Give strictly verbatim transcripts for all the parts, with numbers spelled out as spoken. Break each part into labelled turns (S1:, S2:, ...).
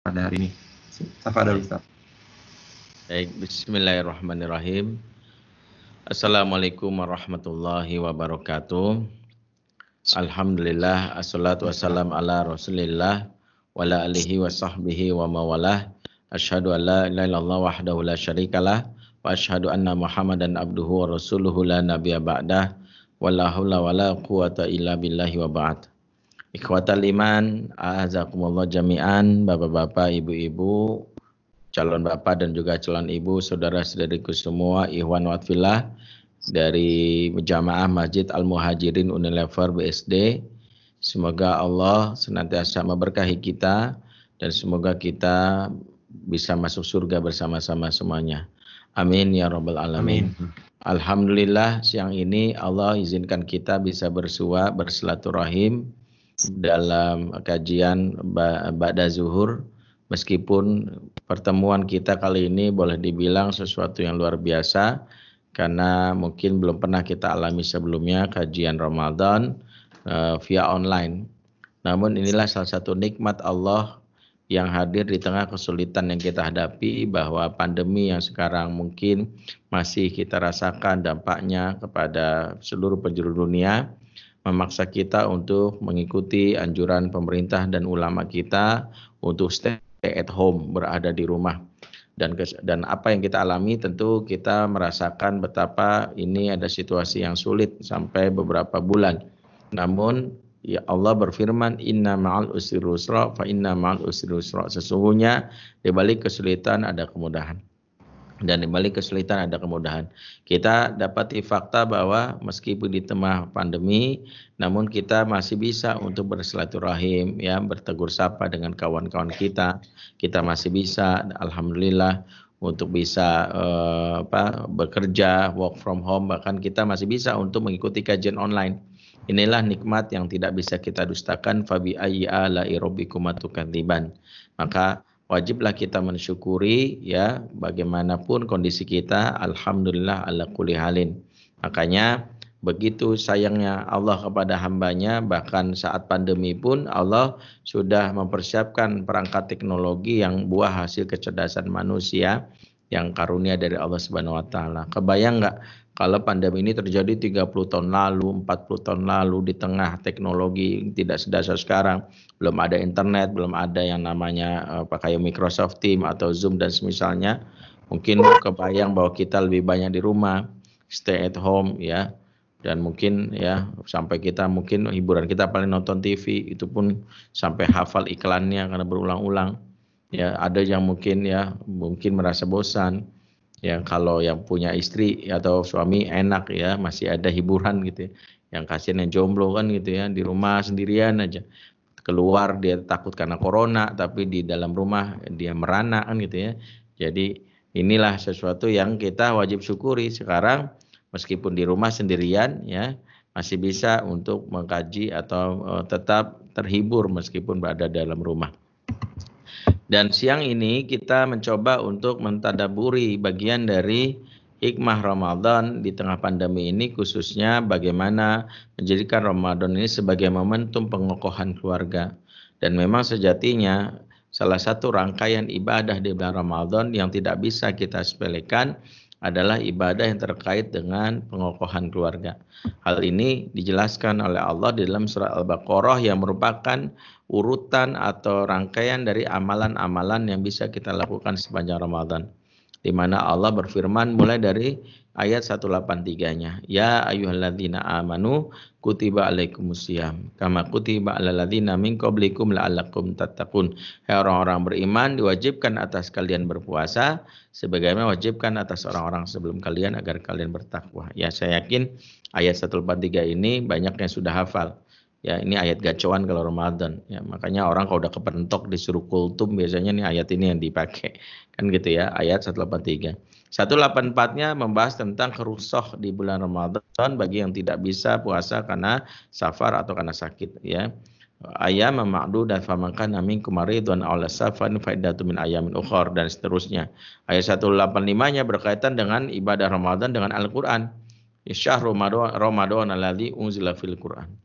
S1: pada hari ini. Tafadhol Ustaz.
S2: Baik, bismillahirrahmanirrahim. Assalamualaikum warahmatullahi wabarakatuh. Alhamdulillah, assalatu wassalam ala rasulillah wa ala alihi wa sahbihi wa mawalah. Asyhadu an la ilaha illallah wahdahu la syarikalah wa asyhadu anna Muhammadan abduhu wa rasuluhu la nabiyya ba'dah wa la haula wa la quwata illa billahi wa ba'd. Ikhwatal iman, a'azakumullah jami'an, bapak-bapak, ibu-ibu, calon bapak dan juga calon ibu, saudara-saudariku semua, ikhwan wa fillah dari Jamaah Masjid Al-Muhajirin Unilever B S D. Semoga Allah senantiasa memberkahi kita dan semoga kita bisa masuk surga bersama-sama semuanya. Amin ya rabbal alamin. Amin. Alhamdulillah siang ini Allah izinkan kita bisa bersua, bersilaturahim dalam kajian Ba'da Zuhur. Meskipun pertemuan kita kali ini boleh dibilang sesuatu yang luar biasa karena mungkin belum pernah kita alami sebelumnya kajian Ramadan uh, via online. Namun inilah salah satu nikmat Allah yang hadir di tengah kesulitan yang kita hadapi, bahwa pandemi yang sekarang mungkin masih kita rasakan dampaknya kepada seluruh penjuru dunia, memaksa kita untuk mengikuti anjuran pemerintah dan ulama kita untuk stay at home, berada di rumah. Dan dan apa yang kita alami tentu kita merasakan betapa ini ada situasi yang sulit sampai beberapa bulan. Namun ya Allah berfirman, inna ma'al usri yusra fa inna ma'al usri yusra. Sesungguhnya di balik kesulitan ada kemudahan. Dan di balik kesulitan ada kemudahan. Kita dapati fakta bahwa meskipun di tengah pandemi, namun kita masih bisa untuk bersilaturahim, ya, bertegur sapa dengan kawan-kawan kita. Kita masih bisa, alhamdulillah, untuk bisa uh, apa, bekerja, work from home, bahkan kita masih bisa untuk mengikuti kajian online. Inilah nikmat yang tidak bisa kita dustakan. Fabi ayyi ala'i rabbikuma tukadziban. Maka wajiblah kita mensyukuri, ya, bagaimanapun kondisi kita, alhamdulillah ala kulli halin. Makanya begitu sayangnya Allah kepada hambanya, bahkan saat pandemi pun Allah sudah mempersiapkan perangkat teknologi yang buah hasil kecerdasan manusia yang karunia dari Allah Subhanahu wa taala. Kebayang nggak kalau pandemi ini terjadi tiga puluh tahun lalu, empat puluh tahun lalu, di tengah teknologi tidak sedasar sekarang, belum ada internet, belum ada yang namanya uh, pakai Microsoft Teams atau Zoom dan semisalnya. Mungkin kebayang bahwa kita lebih banyak di rumah, stay at home, ya. Dan mungkin ya sampai kita mungkin hiburan kita paling nonton T V, itu pun sampai hafal iklannya karena berulang-ulang. Ya, ada yang mungkin ya mungkin merasa bosan. Ya, kalau yang punya istri atau suami enak ya, masih ada hiburan gitu ya. Yang kasihan yang jomblo kan gitu ya, di rumah sendirian aja. Keluar dia takut karena corona, tapi di dalam rumah dia merana kan gitu ya. Jadi inilah sesuatu yang kita wajib syukuri sekarang, meskipun di rumah sendirian ya, masih bisa untuk mengkaji atau uh, tetap terhibur meskipun berada dalam rumah. Dan siang ini kita mencoba untuk mentadaburi bagian dari hikmah Ramadan di tengah pandemi ini, khususnya bagaimana menjadikan Ramadan ini sebagai momentum pengokohan keluarga. Dan memang sejatinya salah satu rangkaian ibadah di bulan Ramadan yang tidak bisa kita sepelekan adalah ibadah yang terkait dengan pengokohan keluarga. Hal ini dijelaskan oleh Allah di dalam surat Al-Baqarah yang merupakan urutan atau rangkaian dari amalan-amalan yang bisa kita lakukan sepanjang Ramadan. Di mana Allah berfirman mulai dari ayat seratus delapan puluh tiga-nya. Ya ayyuhalladzina amanu kutiba alaikumusiyam kama kutiba alal ladzina min qablikum la'allakum tattaqun. Hai orang-orang beriman, diwajibkan atas kalian berpuasa sebagaimana wajibkan atas orang-orang sebelum kalian agar kalian bertakwa. Ya, saya yakin ayat seratus delapan puluh tiga ini banyak yang sudah hafal. Ya, ini ayat gacoan kalau Ramadan. Ya, makanya orang kalau udah kepentok disuruh kultum biasanya nih ayat ini yang dipakai. Kan gitu ya, ayat seratus delapan puluh tiga. seratus delapan puluh empat-nya membahas tentang kerusuh di bulan Ramadan bagi yang tidak bisa puasa karena safar atau karena sakit, ya. Ayam ma'du dan famankan amin kumaridun ala safan faidatu min ayamin ukhar dan seterusnya. Ayat seratus delapan puluh lima-nya berkaitan dengan ibadah Ramadan dengan Al-Qur'an. Syahrul Ramadan alladzi unzila fil Qur'an.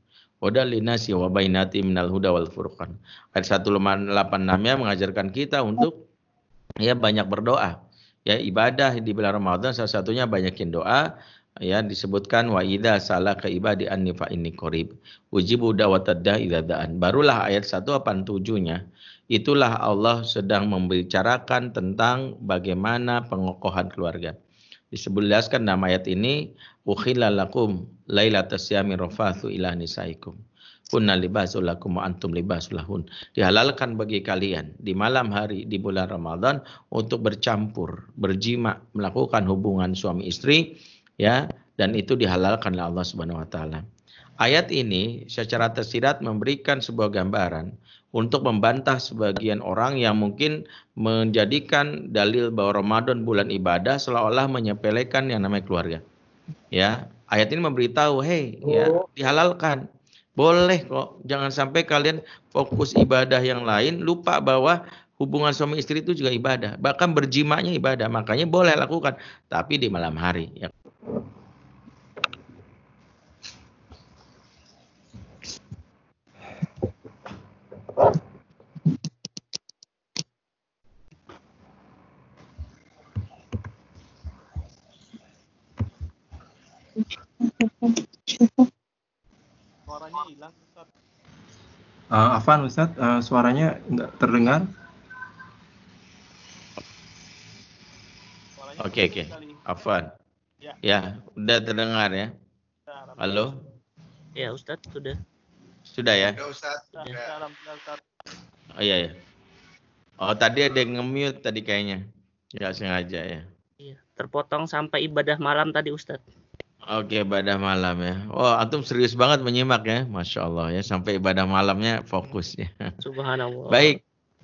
S2: Hudal linasi wa bainati minal huda wal furqan. Ayat seratus delapan puluh enam-nya mengajarkan kita untuk ya banyak berdoa. Ya, ibadah di bulan Ramadan salah satunya banyakin doa. Ya, disebutkan wa idza salaka ibadi anni fa inni qarib ujibu da'watad da'i idza da'an. Barulah ayat seratus delapan puluh tujuh-nya itulah Allah sedang membicarakan tentang bagaimana pengokohan keluarga. Disebutkan dalam ayat ini ukhilla lakum lailatas syami rafathu ila nisaikum kunna libasul lakum wa antum libasul lahun. Dihalalkan bagi kalian di malam hari di bulan Ramadan untuk bercampur, berjima, melakukan hubungan suami istri, ya, dan itu dihalalkan oleh Allah Subhanahu wa taala. Ayat ini secara tersirat memberikan sebuah gambaran untuk membantah sebagian orang yang mungkin menjadikan dalil bahwa Ramadan bulan ibadah seolah-olah menyepelekan yang namanya keluarga. Ya, ayat ini memberitahu, hei, ya, dihalalkan. Boleh kok, jangan sampai kalian fokus ibadah yang lain, lupa bahwa hubungan suami istri itu juga ibadah. Bahkan berjimanya ibadah, makanya boleh lakukan, tapi di malam hari. Ya.
S3: Suaranya hilang, Ustaz.
S1: Uh, Afan, Ustaz, uh, suaranya nggak terdengar.
S2: Oke, oke. Afan. Ya. Ya, udah terdengar ya. Halo?
S4: Ya, Ustaz, sudah.
S2: Sudah ya?
S3: Ya, Ustaz. Ya.
S2: Oh iya ya. Oh, tadi ada yang nge-mute tadi kayaknya. Nggak sengaja ya.
S4: Iya, terpotong sampai ibadah malam tadi, Ustaz.
S2: Oke, ibadah malam ya. Oh, antum serius banget menyimak ya. Masya Allah ya. Sampai ibadah malamnya fokus ya.
S4: Subhanallah.
S2: Baik.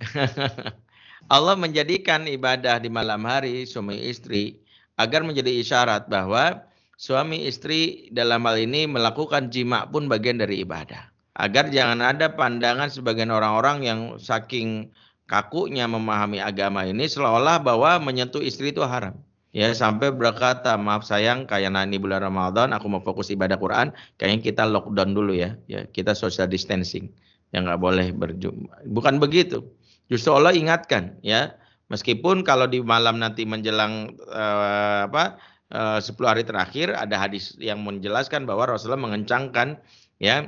S2: Allah menjadikan ibadah di malam hari suami istri agar menjadi isyarat bahwa suami istri dalam hal ini melakukan jima pun bagian dari ibadah. Agar jangan ada pandangan sebagian orang-orang yang saking kakunya memahami agama ini seolah-olah bahwa menyentuh istri itu haram. Ya, sampai berkata, maaf sayang, kayak ini bulan Ramadan, aku mau fokus ibadah Quran, kayaknya kita lockdown dulu ya, ya kita social distancing, yang nggak boleh berjumpa. Bukan begitu. Justru Allah ingatkan, ya, meskipun kalau di malam nanti menjelang uh, apa uh, sepuluh hari terakhir ada hadis yang menjelaskan bahwa Rasulullah mengencangkan, ya,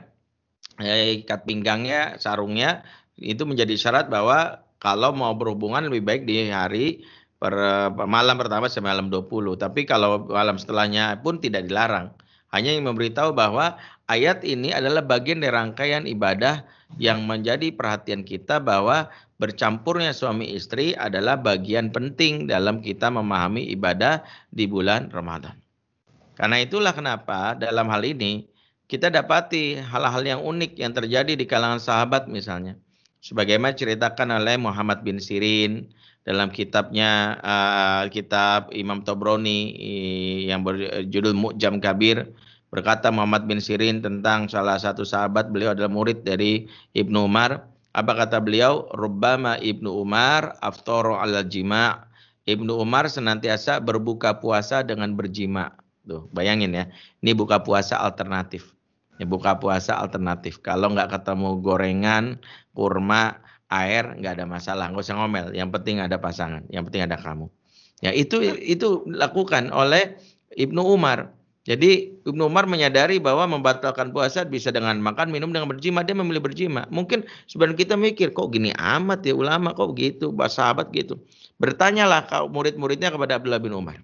S2: ikat pinggangnya, sarungnya, itu menjadi syarat bahwa kalau mau berhubungan lebih baik di hari Per, per malam pertama sampai malam dua puluh. Tapi kalau malam setelahnya pun tidak dilarang. Hanya yang memberitahu bahwa ayat ini adalah bagian dari rangkaian ibadah yang menjadi perhatian kita bahwa bercampurnya suami istri adalah bagian penting dalam kita memahami ibadah di bulan Ramadan. Karena itulah kenapa dalam hal ini kita dapati hal-hal yang unik yang terjadi di kalangan sahabat misalnya. Sebagaimana ceritakan oleh Muhammad bin Sirin dalam kitabnya uh, kitab Imam Tabrani yang berjudul Mu'jam Kabir, berkata Muhammad bin Sirin tentang salah satu sahabat, beliau adalah murid dari Ibnu Umar. Apa kata beliau? Rubbama Ibnu Umar aftara 'ala jima'. Ibnu Umar senantiasa berbuka puasa dengan berjima. Tuh, bayangin ya. Ini buka puasa alternatif. Ini buka puasa alternatif. Kalau nggak ketemu gorengan, kurma, air, nggak ada masalah, nggak usah ngomel. Yang penting ada pasangan, yang penting ada kamu. Ya, itu itu dilakukan oleh Ibnu Umar. Jadi Ibnu Umar menyadari bahwa membatalkan puasa bisa dengan makan, minum, dengan berjima. Dia memilih berjima. Mungkin sebenarnya kita mikir, kok gini amat ya ulama, kok gitu, sahabat gitu. Bertanyalah kau murid-muridnya kepada Abdullah bin Umar.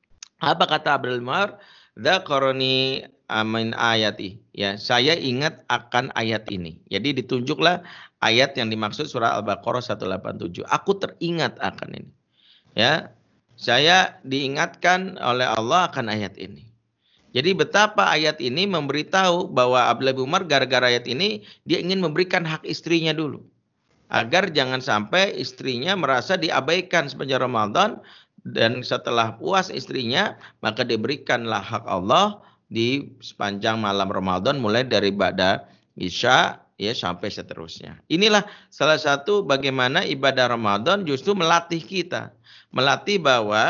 S2: Apa kata Abdullah bin Umar? Dzakarani amin ayati. Ya, saya ingat akan ayat ini. Jadi ditunjuklah ayat yang dimaksud surah Al-Baqarah seratus delapan puluh tujuh. Aku teringat akan ini. Ya, saya diingatkan oleh Allah akan ayat ini. Jadi betapa ayat ini memberitahu bahwa Abdullah bin Umar gara-gara ayat ini dia ingin memberikan hak istrinya dulu. Agar jangan sampai istrinya merasa diabaikan sepanjang Ramadan. Dan setelah puas istrinya, maka diberikanlah hak Allah di sepanjang malam Ramadan mulai dari ba'da Isya ya sampai seterusnya. Inilah salah satu bagaimana ibadah Ramadan justru melatih kita, melatih bahwa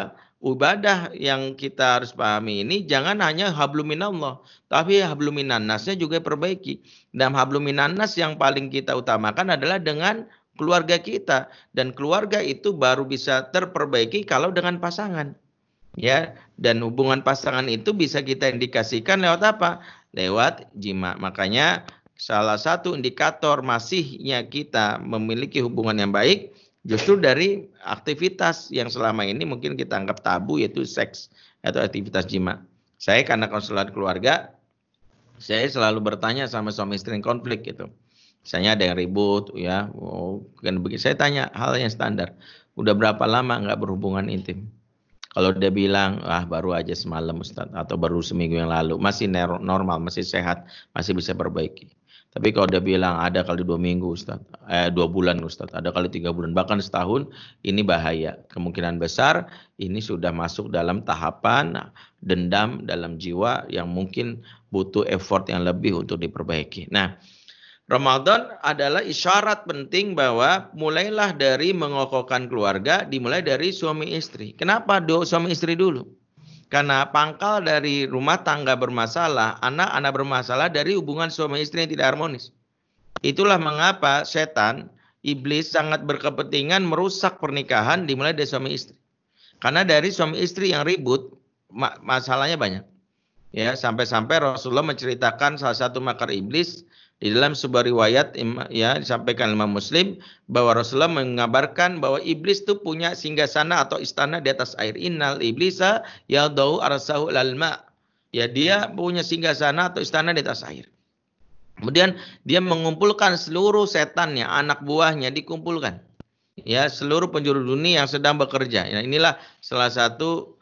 S2: ibadah yang kita harus pahami ini jangan hanya hablum minallah, tapi hablum minannasnya juga perbaiki. Dan hablum minannas yang paling kita utamakan adalah dengan keluarga kita, dan keluarga itu baru bisa terperbaiki kalau dengan pasangan. Ya, dan hubungan pasangan itu bisa kita indikasikan lewat apa? Lewat jima. Makanya salah satu indikator masihnya kita memiliki hubungan yang baik justru dari aktivitas yang selama ini mungkin kita anggap tabu, yaitu seks atau aktivitas jima. Saya karena konseling keluarga, saya selalu bertanya sama suami istri yang konflik gitu. Misalnya ada yang ribut, ya, oh, kan begitu. Saya tanya hal yang standar. Udah berapa lama nggak berhubungan intim? Kalau dia bilang, ah baru aja semalam Ustadz, atau baru seminggu yang lalu, masih normal, masih sehat, masih bisa perbaiki. Tapi kalau dia bilang ada kali dua minggu Ustadz, eh, dua bulan Ustadz, ada kali tiga bulan, bahkan setahun, ini bahaya. Kemungkinan besar ini sudah masuk dalam tahapan dendam dalam jiwa yang mungkin butuh effort yang lebih untuk diperbaiki. Nah, Ramadan adalah isyarat penting bahwa mulailah dari mengokohkan keluarga, dimulai dari suami istri. Kenapa do suami istri dulu? Karena pangkal dari rumah tangga bermasalah, anak-anak bermasalah dari hubungan suami istri yang tidak harmonis. Itulah mengapa setan, iblis sangat berkepentingan merusak pernikahan dimulai dari suami istri. Karena dari suami istri yang ribut, ma- masalahnya banyak. Ya, sampai-sampai Rasulullah menceritakan salah satu makar iblis di dalam sebuah riwayat, ya, disampaikan Imam Muslim bahwa Rasulullah mengabarkan bahwa iblis itu punya singgasana atau istana di atas air. Innal iblisa yadau arsahu lal ma. Ya, dia punya singgasana atau istana di atas air. Kemudian dia mengumpulkan seluruh setannya, anak buahnya dikumpulkan. Ya, seluruh penjuru dunia yang sedang bekerja. Ya, inilah salah satu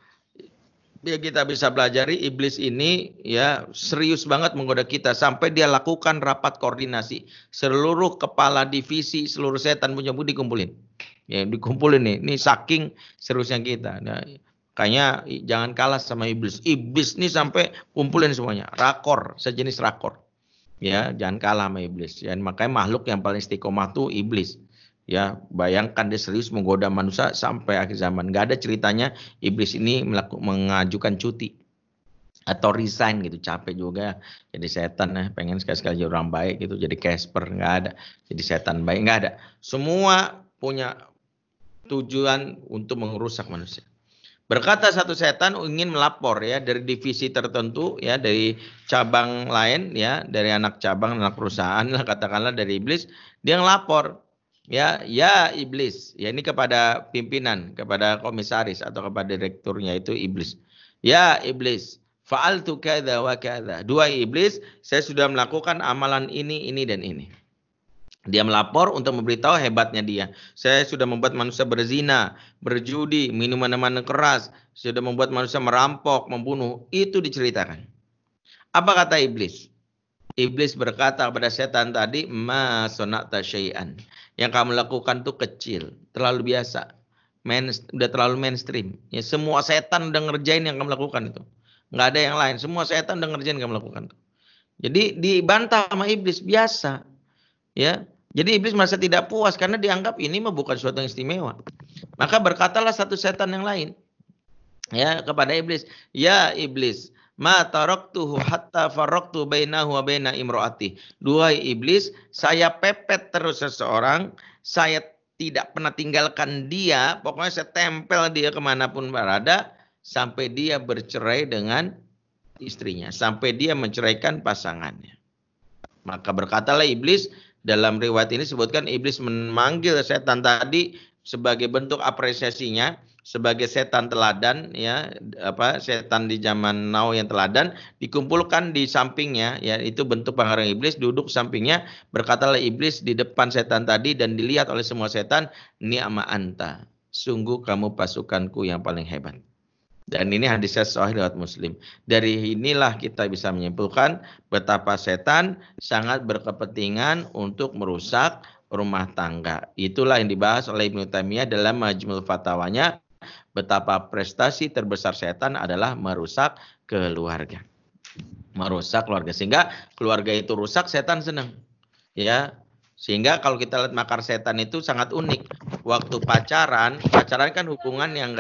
S2: ya kita bisa pelajari iblis ini ya serius banget menggoda kita sampai dia lakukan rapat koordinasi seluruh kepala divisi seluruh setan punya budi dikumpulin ya dikumpulin nih ini saking seriusnya kita. Nah, kayaknya jangan kalah sama iblis. Iblis nih sampai kumpulin semuanya, rakor, sejenis rakor ya, jangan kalah sama iblis ya. Makanya makhluk yang paling istiqomah tuh iblis. Ya, bayangkan dia serius menggoda manusia sampai akhir zaman. Gak ada ceritanya iblis ini melaku, mengajukan cuti atau resign gitu, capek juga jadi setan ya, pengen sekali-sekali jadi orang baik gitu, jadi Casper, nggak ada. Jadi setan baik, nggak ada. Semua punya tujuan untuk merusak manusia. Berkata satu setan ingin melapor ya dari divisi tertentu ya, dari cabang lain ya, dari anak cabang, anak perusahaan lah katakanlah dari iblis, dia ngelapor. Ya, ya iblis. Ya ini kepada pimpinan, kepada komisaris atau kepada direkturnya itu iblis. Ya iblis, fa'altu kadza wa kadza. Dua iblis, saya sudah melakukan amalan ini, ini dan ini. Dia melapor untuk memberitahu hebatnya dia. Saya sudah membuat manusia berzina, berjudi, minum minuman keras, sudah membuat manusia merampok, membunuh. Itu diceritakan. Apa kata iblis? Iblis berkata kepada setan tadi, ma sonata syai'an. Yang kamu lakukan tuh kecil, terlalu biasa, main, udah terlalu mainstream. Ya semua setan udah ngerjain yang kamu lakukan itu, nggak ada yang lain. Semua setan udah ngerjain yang kamu lakukan itu. Jadi dibantah sama iblis biasa, ya. Jadi iblis merasa tidak puas karena dianggap ini mah bukan sesuatu yang istimewa. Maka berkatalah satu setan yang lain, ya kepada iblis, ya iblis. Ma taraktuhu hatta faraqtu bainahu wa baina imraati. Duhai iblis, saya pepet terus seseorang, saya tidak pernah tinggalkan dia, pokoknya saya tempel dia kemanapun berada, sampai dia bercerai dengan istrinya, sampai dia menceraikan pasangannya. Maka berkatalah iblis, dalam riwayat ini sebutkan iblis memanggil setan tadi sebagai bentuk apresiasinya, sebagai setan teladan ya, apa setan di zaman now yang teladan, dikumpulkan di sampingnya ya, itu bentuk penghalang iblis, duduk sampingnya, berkatalah iblis di depan setan tadi dan dilihat oleh semua setan, ni'ma anta, sungguh kamu pasukanku yang paling hebat. Dan ini hadisnya sahih riwayat Muslim. Dari inilah kita bisa menyimpulkan betapa setan sangat berkepentingan untuk merusak rumah tangga. Itulah yang dibahas oleh Ibnu Taimiyah dalam Majmu' Fatwanya, betapa prestasi terbesar setan adalah merusak keluarga. Merusak keluarga, sehingga keluarga itu rusak, setan senang. Ya, sehingga kalau kita lihat makar setan itu sangat unik. Waktu pacaran, pacaran kan hubungan yang enggak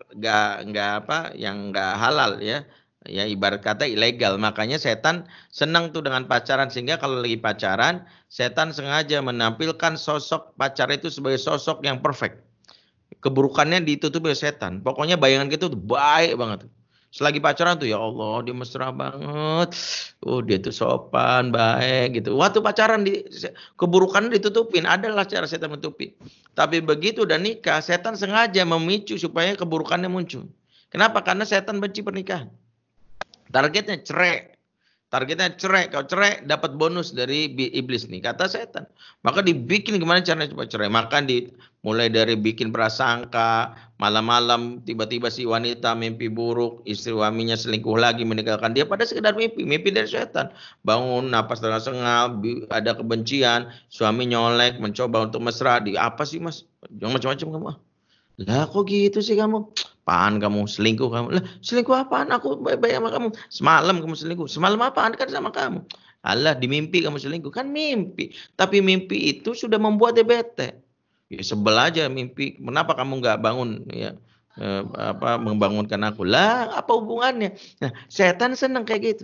S2: nggak nggak apa yang nggak halal ya. Ya ibarat kata ilegal. Makanya setan senang tuh dengan pacaran, sehingga kalau lagi pacaran, setan sengaja menampilkan sosok pacar itu sebagai sosok yang perfect. Keburukannya ditutupi oleh setan. Pokoknya bayangan kita tuh baik banget. Selagi pacaran tuh ya Allah dia mesra banget. Oh dia tuh sopan, baik gitu. Waktu pacaran di keburukannya ditutupin. Adalah cara setan menutupi. Tapi begitu udah nikah, setan sengaja memicu supaya keburukannya muncul. Kenapa? Karena setan benci pernikahan. Targetnya cerai. Targetnya cerai. Kalau cerai dapat bonus dari iblis nih. Kata setan. Maka dibikin gimana caranya supaya cerai. Maka di, mulai dari bikin prasangka. Malam-malam tiba-tiba si wanita mimpi buruk. Istri suaminya selingkuh lagi meninggalkan dia. Pada sekedar mimpi. Mimpi dari setan. Bangun napas tengah-tengah. Ada kebencian. Suami nyolek. Mencoba untuk mesra. Di apa sih mas? Jangan macam-macam kamu. Lah kok gitu sih kamu? Apaan kamu selingkuh kamu? Lah selingkuh apaan? Aku baik-baik sama kamu. Semalam kamu selingkuh. Semalam apaan kan sama kamu? Alah di mimpi kamu selingkuh. Kan mimpi. Tapi mimpi itu sudah membuat dia bete. Ya sebel aja mimpi. Kenapa kamu nggak bangun ya? Eh, apa membangunkan aku? Lah apa hubungannya? Nah, setan senang kayak gitu.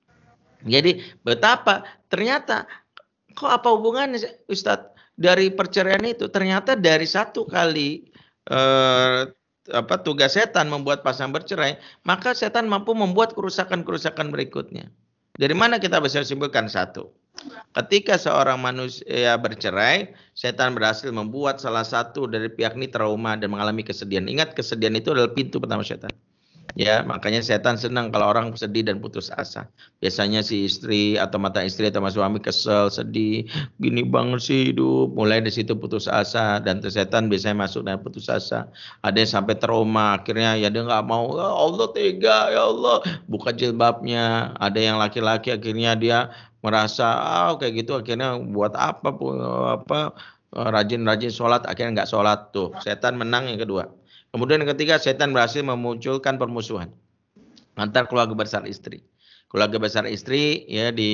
S2: Jadi betapa ternyata kok apa hubungannya Ustadz dari perceraian itu? Ternyata dari satu kali Eh, apa tugas setan membuat pasangan bercerai, maka setan mampu membuat kerusakan-kerusakan berikutnya. Dari mana kita bisa simpulkan? Satu, ketika seorang manusia bercerai, setan berhasil membuat salah satu dari pihak ini trauma dan mengalami kesedihan. Ingat, kesedihan itu adalah pintu pertama setan. Ya, makanya setan senang kalau orang sedih dan putus asa. Biasanya si istri atau mata istri atau suami kesel, sedih, gini banget sih hidup. Mulai dari situ putus asa, dan setan biasanya masuk dan putus asa. Ada yang sampai trauma, akhirnya ya dia nggak mau. Ya Allah tega, ya Allah. Buka jilbabnya. Ada yang laki-laki akhirnya dia merasa, ah kayak gitu akhirnya buat apa apa rajin-rajin sholat akhirnya nggak sholat tuh. Setan menang yang kedua. Kemudian yang ketiga, setan berhasil memunculkan permusuhan antar keluarga besar istri. Keluarga besar istri ya di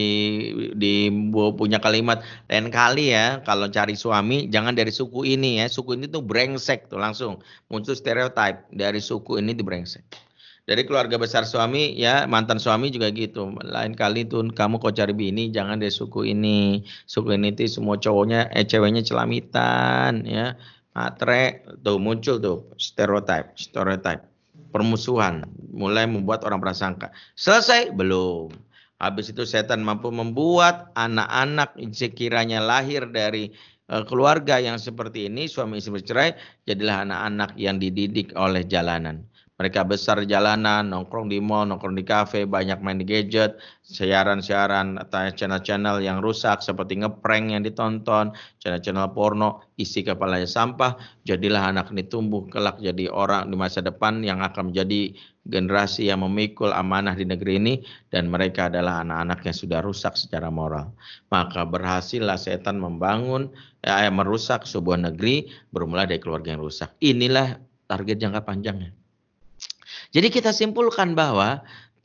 S2: di punya kalimat lain kali ya kalau cari suami jangan dari suku ini ya. Suku ini tuh brengsek tuh langsung muncul stereotip dari suku ini di brengsek. Dari keluarga besar suami ya mantan suami juga gitu. Lain kali tuh kamu kok cari bini jangan dari suku ini. Suku ini tuh semua cowoknya eh ceweknya celamitan ya. Matre tuh muncul tuh stereotip, stereotip, permusuhan, mulai membuat orang prasangka. Selesai belum? Habis itu setan mampu membuat anak-anak sekiranya lahir dari uh, keluarga yang seperti ini, suami istri bercerai, jadilah anak-anak yang dididik oleh jalanan. Mereka besar di jalanan, nongkrong di mall, nongkrong di kafe, banyak main di gadget, siaran-siaran atau channel-channel yang rusak seperti ngeprank yang ditonton, channel-channel porno, isi kepalanya sampah. Jadilah anak ini tumbuh kelak jadi orang di masa depan yang akan menjadi generasi yang memikul amanah di negeri ini, dan mereka adalah anak-anak yang sudah rusak secara moral. Maka berhasillah setan membangun, eh, merusak sebuah negeri bermula dari keluarga yang rusak. Inilah target jangka panjangnya. Jadi kita simpulkan bahwa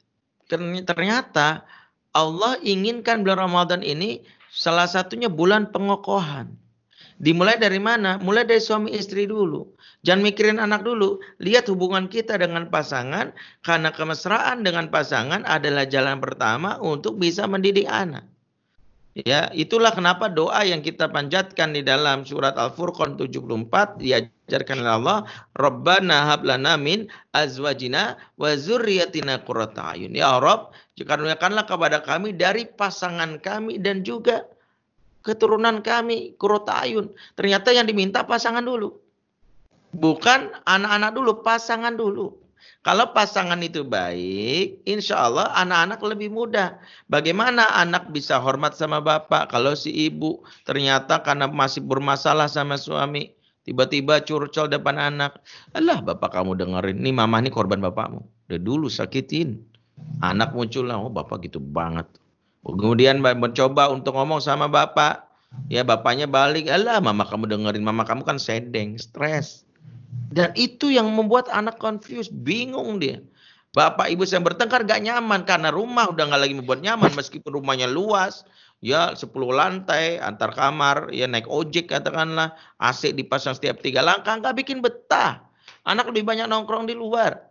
S2: ternyata Allah inginkan bulan Ramadan ini salah satunya bulan pengokohan. Dimulai dari mana? Mulai dari suami istri dulu. Jangan mikirin anak dulu. Lihat hubungan kita dengan pasangan. Karena kemesraan dengan pasangan adalah jalan pertama untuk bisa mendidik anak. Ya, itulah kenapa doa yang kita panjatkan di dalam surat Al-Furqan tujuh puluh empat diajarkan oleh Allah, Rabbana hab lana min azwajina wa dzurriyyatina qurrata ayun. Ya Rabb, karuniakanlah kepada kami dari pasangan kami dan juga keturunan kami qurrata ayun. Ternyata yang diminta pasangan dulu. Bukan anak-anak dulu, pasangan dulu. Kalau pasangan itu baik, insya Allah anak-anak lebih mudah. Bagaimana anak bisa hormat sama bapak kalau si ibu ternyata karena masih bermasalah sama suami, tiba-tiba curcol depan anak. Alah bapak kamu dengerin, nih mama nih korban bapakmu. Udah dulu sakitin. Anak muncul lah, oh bapak gitu banget. Kemudian mencoba untuk ngomong sama bapak. Ya bapaknya balik, alah mama kamu dengerin, mama kamu kan sedeng, stres. Dan itu yang membuat anak confused, bingung dia. Bapak ibu yang bertengkar gak nyaman karena rumah udah gak lagi membuat nyaman meskipun rumahnya luas. Ya sepuluh lantai antar kamar, ya naik ojek katakanlah, A C dipasang setiap tiga langkah gak bikin betah. Anak lebih banyak nongkrong di luar.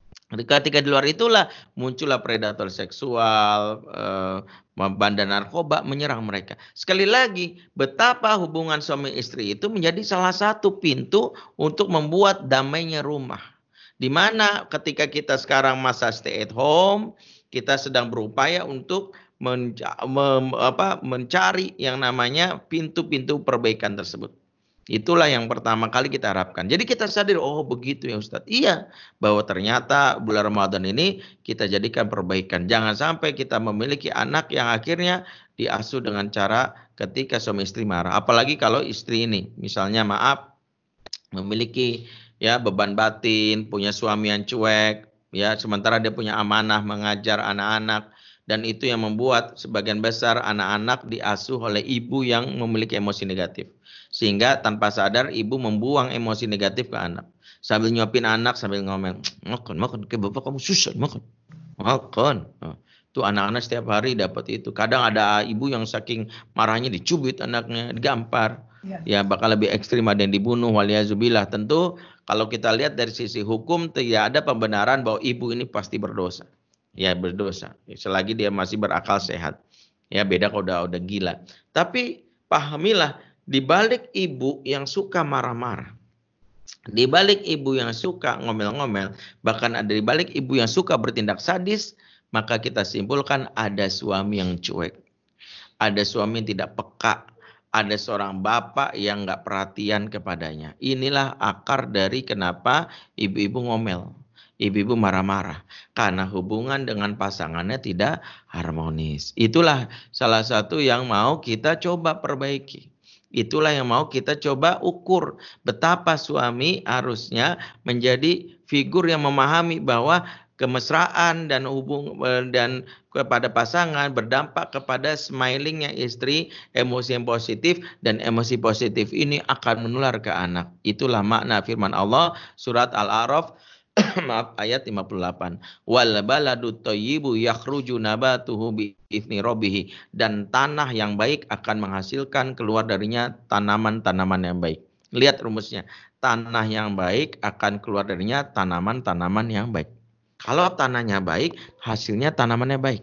S2: Ketika di luar itulah muncullah predator seksual, eh, bandar narkoba menyerang mereka. Sekali lagi, betapa hubungan suami istri itu menjadi salah satu pintu untuk membuat damainya rumah. Di mana ketika kita sekarang masa stay at home, kita sedang berupaya untuk menca mem apa, mencari yang namanya pintu-pintu perbaikan tersebut. Itulah yang pertama kali kita harapkan. Jadi kita sadar, oh begitu ya Ustadz. Iya, bahwa ternyata bulan Ramadan ini kita jadikan perbaikan. Jangan sampai kita memiliki anak yang akhirnya diasuh dengan cara ketika suami istri marah. Apalagi kalau istri ini, misalnya maaf, memiliki ya beban batin, punya suami yang cuek, ya sementara dia punya amanah mengajar anak-anak. Dan itu yang membuat sebagian besar anak-anak diasuh oleh ibu yang memiliki emosi negatif. Sehingga tanpa sadar ibu membuang emosi negatif ke anak. Sambil nyuapin anak, sambil ngomel, makan, makan, ke bapak kamu susah, makan. Makan. Nah, itu anak-anak setiap hari dapat itu. Kadang ada ibu yang saking marahnya dicubit anaknya, digampar. Ya, ya bakal lebih ekstrim, ada yang dibunuh, waliyazubillah. Tentu kalau kita lihat dari sisi hukum, tidak ada pembenaran bahwa ibu ini pasti berdosa. Ya berdosa, selagi dia masih berakal sehat. Ya beda kalau udah udah gila. Tapi pahamilah, di balik ibu yang suka marah-marah, di balik ibu yang suka ngomel-ngomel, bahkan ada di balik ibu yang suka bertindak sadis, maka kita simpulkan ada suami yang cuek, ada suami yang tidak peka, ada seorang bapak yang nggak perhatian kepadanya. Inilah akar dari kenapa ibu-ibu ngomel. Ibu-ibu marah-marah karena hubungan dengan pasangannya tidak harmonis. Itulah salah satu yang mau kita coba perbaiki. Itulah yang mau kita coba ukur betapa suami harusnya menjadi figur yang memahami bahwa kemesraan dan hubung dan kepada pasangan berdampak kepada smilingnya istri, emosi yang positif, dan emosi positif ini akan menular ke anak. Itulah makna firman Allah surat Al-A'raf maaf ayat lima puluh delapan. Wal baladu thayyibu yakhruju nabatuhu bi izni rabbih, dan tanah yang baik akan menghasilkan keluar darinya tanaman-tanaman yang baik. Lihat rumusnya. Tanah yang baik akan keluar darinya tanaman-tanaman yang baik. Kalau tanahnya baik, hasilnya tanamannya baik.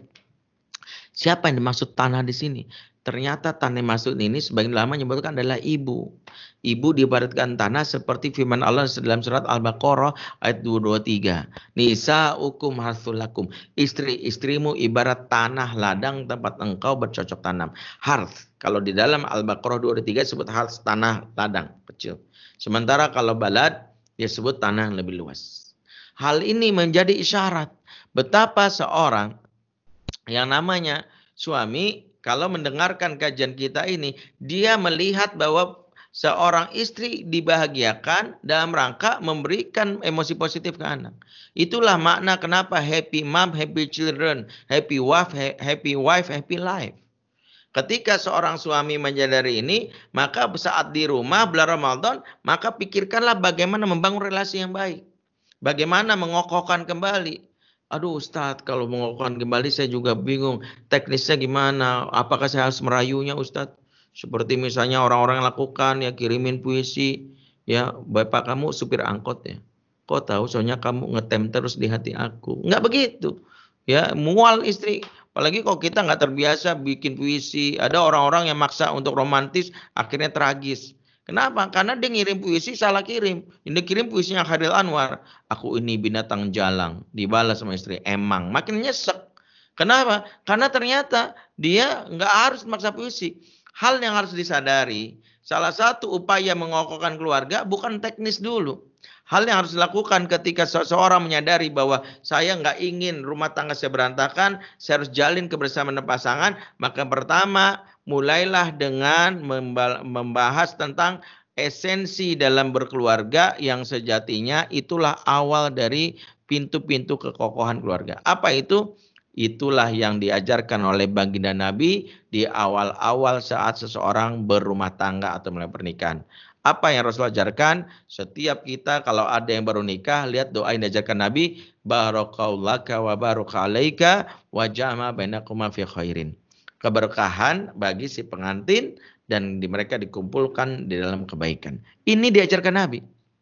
S2: Siapa yang dimaksud tanah di sini? Ternyata tanah yang maksud ini sebagian ulama menyebutkan adalah ibu. Ibu diibaratkan tanah seperti firman Allah dalam surat Al-Baqarah ayat dua puluh tiga. Nisa'ukum harthul lakum. Istri-istrimu ibarat tanah ladang tempat engkau bercocok tanam. Harth. Kalau di dalam Al-Baqarah dua puluh tiga disebut harth, tanah ladang kecil. Sementara kalau balad disebut tanah yang lebih luas. Hal ini menjadi isyarat betapa seorang yang namanya suami kalau mendengarkan kajian kita ini, dia melihat bahwa seorang istri dibahagiakan dalam rangka memberikan emosi positif ke anak. Itulah makna kenapa happy mom, happy children, happy wife, happy wife, happy life. Ketika seorang suami menyadari ini, maka saat di rumah bulan Ramadan, maka pikirkanlah bagaimana membangun relasi yang baik. Bagaimana mengokohkan kembali. Aduh Ustadz, kalau mengokohkan kembali saya juga bingung. Teknisnya gimana? Apakah saya harus merayunya Ustadz? Seperti misalnya orang-orang yang lakukan, ya kirimin puisi. Ya, bapak kamu supir angkot ya. Kok tahu soalnya kamu ngetem terus di hati aku. Enggak begitu. Ya, mual istri. Apalagi kalau kita nggak terbiasa bikin puisi. Ada orang-orang yang maksa untuk romantis, akhirnya tragis. Kenapa? Karena dia ngirim puisi salah kirim. Dia kirim puisinya Khairil Anwar. Aku ini binatang jalang. Dibalas sama istri. Emang. Makin nyesek. Kenapa? Karena ternyata dia nggak harus maksa puisi. Hal yang harus disadari. Salah satu upaya mengokohkan keluarga bukan teknis dulu. Hal yang harus dilakukan ketika seseorang menyadari bahwa saya nggak ingin rumah tangga saya berantakan. Saya harus jalin kebersamaan pasangan. Maka pertama, mulailah dengan membahas tentang esensi dalam berkeluarga yang sejatinya itulah awal dari pintu-pintu kekokohan keluarga. Apa itu? Itulah yang diajarkan oleh baginda Nabi di awal-awal saat seseorang berumah tangga atau mulai pernikahan. Apa yang Rasulullah ajarkan? Setiap kita kalau ada yang baru nikah, lihat doa yang diajarkan Nabi. Barakallahu laka wa baraka alaika wa jama bainakuma fi khairin. Keberkahan bagi si pengantin dan di mereka dikumpulkan di dalam kebaikan. Ini diajarkan Nabi.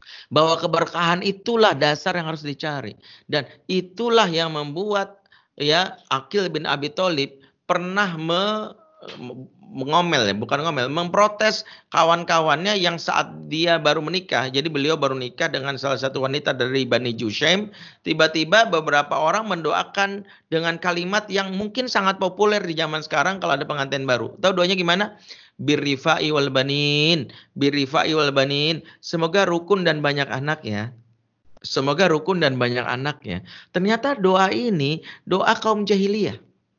S2: Bahwa keberkahan itulah dasar yang harus dicari. Dan itulah yang membuat ya Aqil bin Abi Thalib pernah me, mengomel, ya, bukan ngomel, memprotes kawan-kawannya yang saat dia baru menikah. Jadi beliau baru nikah dengan salah satu wanita dari Bani Jushaim. Tiba-tiba beberapa orang mendoakan dengan kalimat yang mungkin sangat populer di zaman sekarang kalau ada pengantin baru. Tahu doanya gimana? Birrifai wal banin, birrifai wal banin. Semoga rukun dan banyak anak ya. Semoga rukun dan banyak anaknya. Ternyata doa ini doa kaum jahiliyah.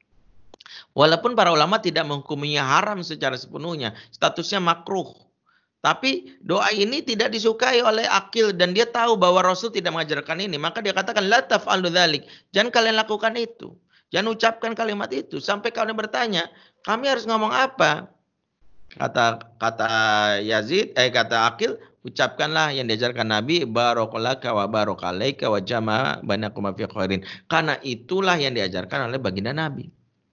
S2: Walaupun para ulama tidak menghukuminya haram secara sepenuhnya, statusnya makruh. Tapi doa ini tidak disukai oleh Aqil dan dia tahu bahwa Rasul tidak mengajarkan ini. Maka dia katakan la taf'alu dzalik. Jangan kalian lakukan itu. Jangan ucapkan kalimat itu. Sampai kalian bertanya, kami harus ngomong apa? Kata kata Yazid, eh kata Aqil, ucapkanlah yang diajarkan Nabi, barakalaka wa barakalaika wa jama'a bainakum fi khairin. Karena itulah yang diajarkan oleh baginda Nabi.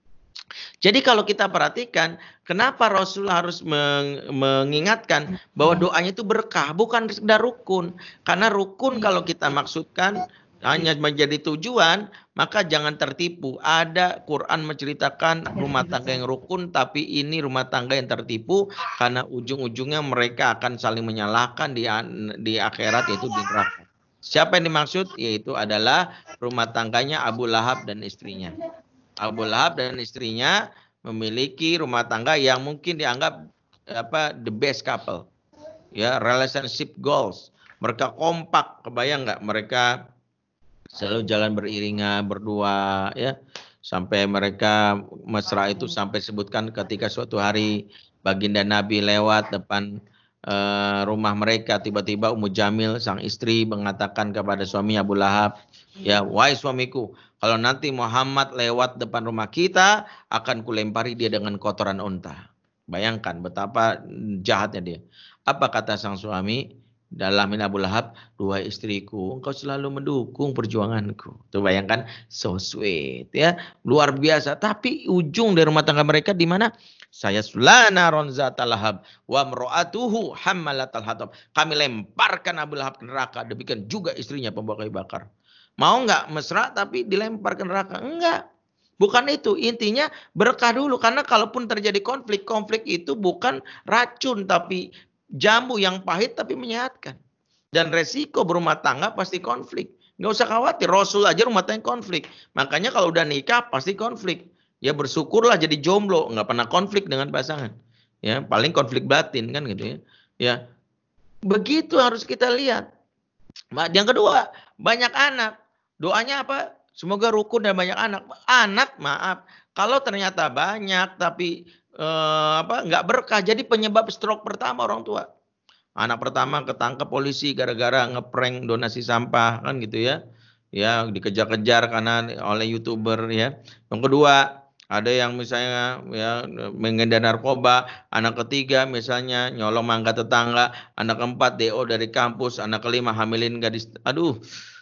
S2: Jadi kalau kita perhatikan, kenapa Rasul harus meng mengingatkan bahwa doanya itu berkah, bukan sekedar rukun. Karena rukun kalau kita maksudkan hanya menjadi tujuan, maka jangan tertipu. Ada Quran menceritakan rumah tangga yang rukun, tapi ini rumah tangga yang tertipu karena ujung-ujungnya mereka akan saling menyalahkan di di akhirat, yaitu di neraka. Siapa yang dimaksud? Yaitu adalah rumah tangganya Abu Lahab dan istrinya. Abu Lahab dan istrinya memiliki rumah tangga yang mungkin dianggap apa the best couple. Ya, relationship goals. Mereka kompak, kebayang nggak mereka selalu jalan beriringan berdua ya sampai mereka mesra itu sampai sebutkan ketika suatu hari baginda Nabi lewat depan uh, rumah mereka, tiba-tiba Ummu Jamil sang istri mengatakan kepada suami Abu Lahab, ya wahai suamiku, kalau nanti Muhammad lewat depan rumah kita akan kulempari dia dengan kotoran unta. Bayangkan betapa jahatnya dia. Apa kata sang suami? Dalam ini Abu Lahab, dua istriku, engkau selalu mendukung perjuanganku. Tuh bayangkan, so sweet ya, luar biasa. Tapi ujung dari rumah tangga mereka di mana? Saya sulana ronzata lahab wa mro'atuhu hammalatal hatab. Kami lemparkan Abu Lahab ke neraka, demikian juga istrinya pembawa kayu bakar. Mau nggak mesra tapi dilempar ke neraka? Enggak. Bukan itu, intinya berkah dulu. Karena kalaupun terjadi konflik, konflik itu bukan racun tapi jamu yang pahit tapi menyehatkan. Dan resiko berumah tangga pasti konflik. Nggak usah khawatir, Rasul aja rumah tangga konflik. Makanya kalau udah nikah pasti konflik. Ya bersyukurlah jadi jomblo, nggak pernah konflik dengan pasangan. Ya paling konflik batin kan gitu ya. Ya begitu harus kita lihat. Yang kedua, banyak anak. Doanya apa? Semoga rukun dan banyak anak. Anak maaf, kalau ternyata banyak tapi Eh, apa nggak berkah, jadi penyebab stroke pertama orang tua. Anak pertama ketangkep polisi gara-gara ngeprank donasi sampah kan gitu ya, ya dikejar-kejar karena oleh YouTuber ya. Yang kedua ada yang misalnya ya mengedar narkoba, anak ketiga misalnya nyolong mangga tetangga, anak keempat D O dari kampus, anak kelima hamilin gadis, aduh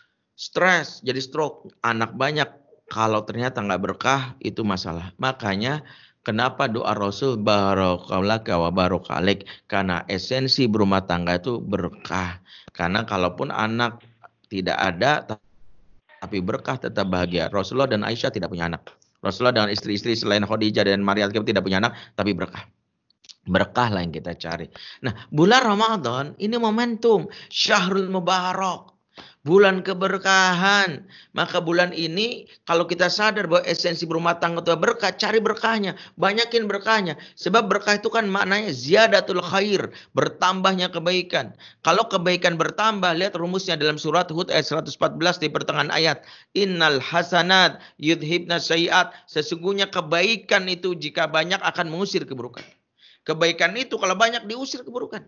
S2: stres jadi stroke. Anak banyak kalau ternyata nggak berkah itu masalah. Makanya kenapa doa Rasul barakalaka wa barakalaik? Karena esensi berumah tangga itu berkah. Karena kalaupun anak tidak ada tapi berkah tetap bahagia. Rasulullah dan Aisyah tidak punya anak. Rasulullah dan istri-istri selain Khadijah dan Maria tidak punya anak tapi berkah. Berkah lah yang kita cari. Nah, bulan Ramadan ini momentum Syahrul Mubarak. Bulan keberkahan. Maka bulan ini kalau kita sadar bahwa esensi berumah tangga itu berkah, cari berkahnya, banyakin berkahnya. Sebab berkah itu kan maknanya ziyadatul khair, bertambahnya kebaikan. Kalau kebaikan bertambah, lihat rumusnya dalam surat Hud ayat seratus empat belas di pertengahan ayat. Innal hasanat yudhibna sayiat. Sesungguhnya kebaikan itu jika banyak akan mengusir keburukan. Kebaikan itu kalau banyak diusir keburukan.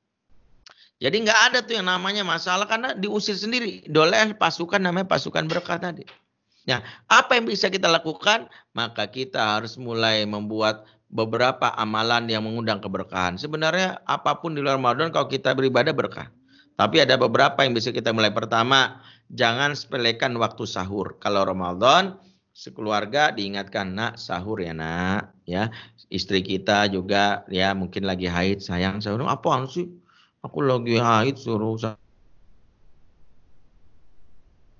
S2: Jadi nggak ada tuh yang namanya masalah karena diusir sendiri. Oleh pasukan namanya pasukan berkah tadi. Nah, apa yang bisa kita lakukan? Maka kita harus mulai membuat beberapa amalan yang mengundang keberkahan. Sebenarnya apapun di luar Ramadan kalau kita beribadah berkah. Tapi ada beberapa yang bisa kita mulai. Pertama, jangan sepelekan waktu sahur. Kalau Ramadan, sekeluarga diingatkan, nak sahur ya nak. Ya, istri kita juga ya mungkin lagi haid, sayang sahur. Apaan sih? Aku lagi haid suruh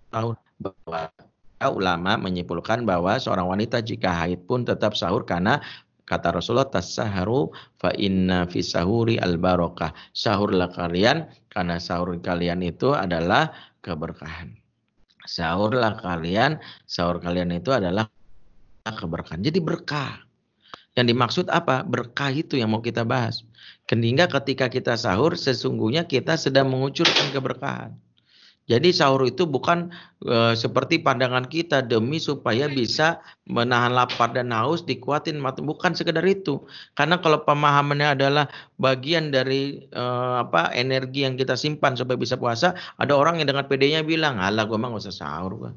S2: tahun bahwa ulama menyimpulkan bahwa seorang wanita jika haid pun tetap sahur karena kata Rasulullah tasahharu fa inna fi sahuri al barakah. Sahurlah kalian karena sahur kalian itu adalah keberkahan. Sahurlah kalian, sahur kalian itu adalah keberkahan. Jadi berkah. Yang dimaksud apa? Berkah itu yang mau kita bahas. Sehingga ketika kita sahur sesungguhnya kita sedang mengucurkan keberkahan. Jadi sahur itu bukan e, seperti pandangan kita demi supaya bisa menahan lapar dan haus, dikuatin, bukan sekedar itu. Karena kalau pemahamannya adalah bagian dari e, apa energi yang kita simpan supaya bisa puasa, ada orang yang dengan pedenya bilang, "Alah, gue mah gak usah sahur gua.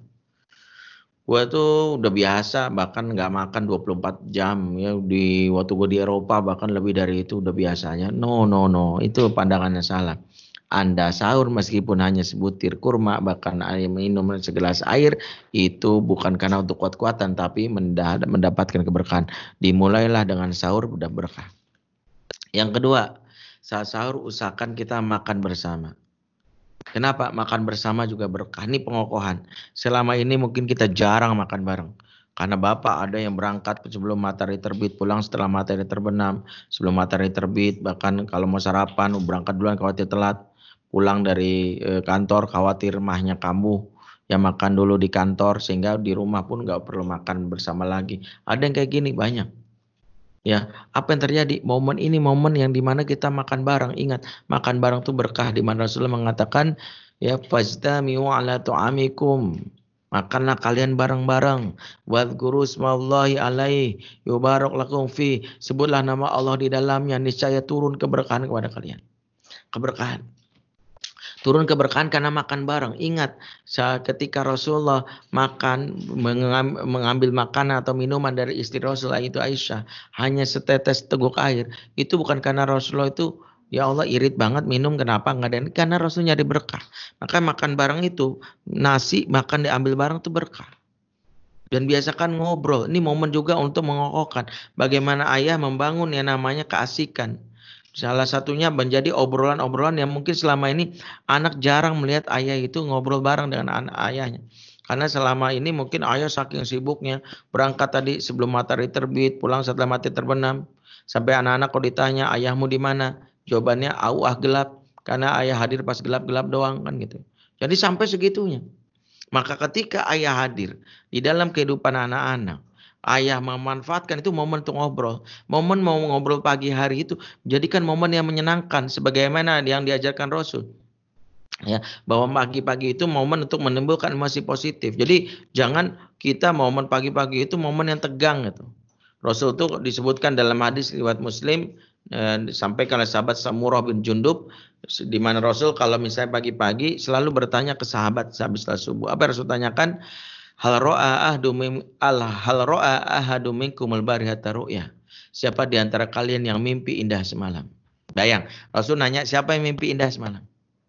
S2: Gue tuh udah biasa bahkan nggak makan dua puluh empat jam ya di waktu gue di Eropa bahkan lebih dari itu udah biasanya." No, no, no, itu pandangannya salah. Anda sahur meskipun hanya sebutir kurma, bahkan air minum segelas air, itu bukan karena untuk kuat-kuatan, tapi mendapatkan keberkahan. Dimulailah dengan sahur, udah berkah. Yang kedua, saat sahur usahakan kita makan bersama. Kenapa? Makan bersama juga berkah. Ini pengokohan. Selama ini mungkin kita jarang makan bareng. Karena bapak ada yang berangkat sebelum matahari terbit, pulang setelah matahari terbenam. Sebelum matahari terbit, bahkan kalau mau sarapan, berangkat duluan khawatir telat. Pulang dari e, kantor khawatir mahnya kamu yang makan dulu di kantor sehingga di rumah pun nggak perlu makan bersama lagi. Ada yang kayak gini banyak. Ya, apa yang terjadi? Momen ini momen yang dimana kita makan bareng. Ingat, makan bareng itu berkah. Di mana Rasulullah mengatakan, ya fajtami'u ala tu'amikum. Makanlah kalian bareng-bareng. Wadhkuru smallahi alaihi yubarak lakum fi. Sebutlah nama Allah di dalamnya, niscaya turun keberkahan kepada kalian. Keberkahan. Turun keberkahan karena makan bareng. Ingat, saat ketika Rasulullah makan, mengambil makanan atau minuman dari istri Rasulullah itu Aisyah, hanya setetes teguk air. Itu bukan karena Rasulullah itu, ya Allah irit banget minum, kenapa enggak ada? Karena Rasul nyari berkah. Maka makan bareng itu, nasi makan diambil bareng itu berkah. Dan biasakan ngobrol. Ini momen juga untuk mengokohkan. Bagaimana ayah membangun yang namanya keasikan. Salah satunya menjadi obrolan-obrolan yang mungkin selama ini anak jarang melihat ayah itu ngobrol bareng dengan anak ayahnya. Karena selama ini mungkin ayah saking sibuknya berangkat tadi sebelum matahari terbit, pulang setelah matahari terbenam. Sampai anak-anak kalau ditanya ayahmu di mana? Jawabannya auah gelap karena ayah hadir pas gelap-gelap doang kan gitu. Jadi sampai segitunya. Maka ketika ayah hadir di dalam kehidupan anak-anak, ayah memanfaatkan itu momen untuk ngobrol. Momen mau ngobrol pagi hari itu jadikan momen yang menyenangkan sebagaimana yang diajarkan Rasul. Ya, bahwa pagi-pagi itu momen untuk menimbulkan emosi positif. Jadi jangan kita momen pagi-pagi itu momen yang tegang gitu. Rasul itu disebutkan dalam hadis riwayat Muslim eh, sampaikan oleh sahabat Samurah bin Jundub di mana Rasul kalau misalnya pagi-pagi selalu bertanya ke sahabat habis subuh. Apa yang Rasul tanyakan? Hal ro'a ahadum al hal ro'a ahadum minkum al-barihata ru'ya. Siapa di antara kalian yang mimpi indah semalam? Bayang, Rasul nanya siapa yang mimpi indah semalam?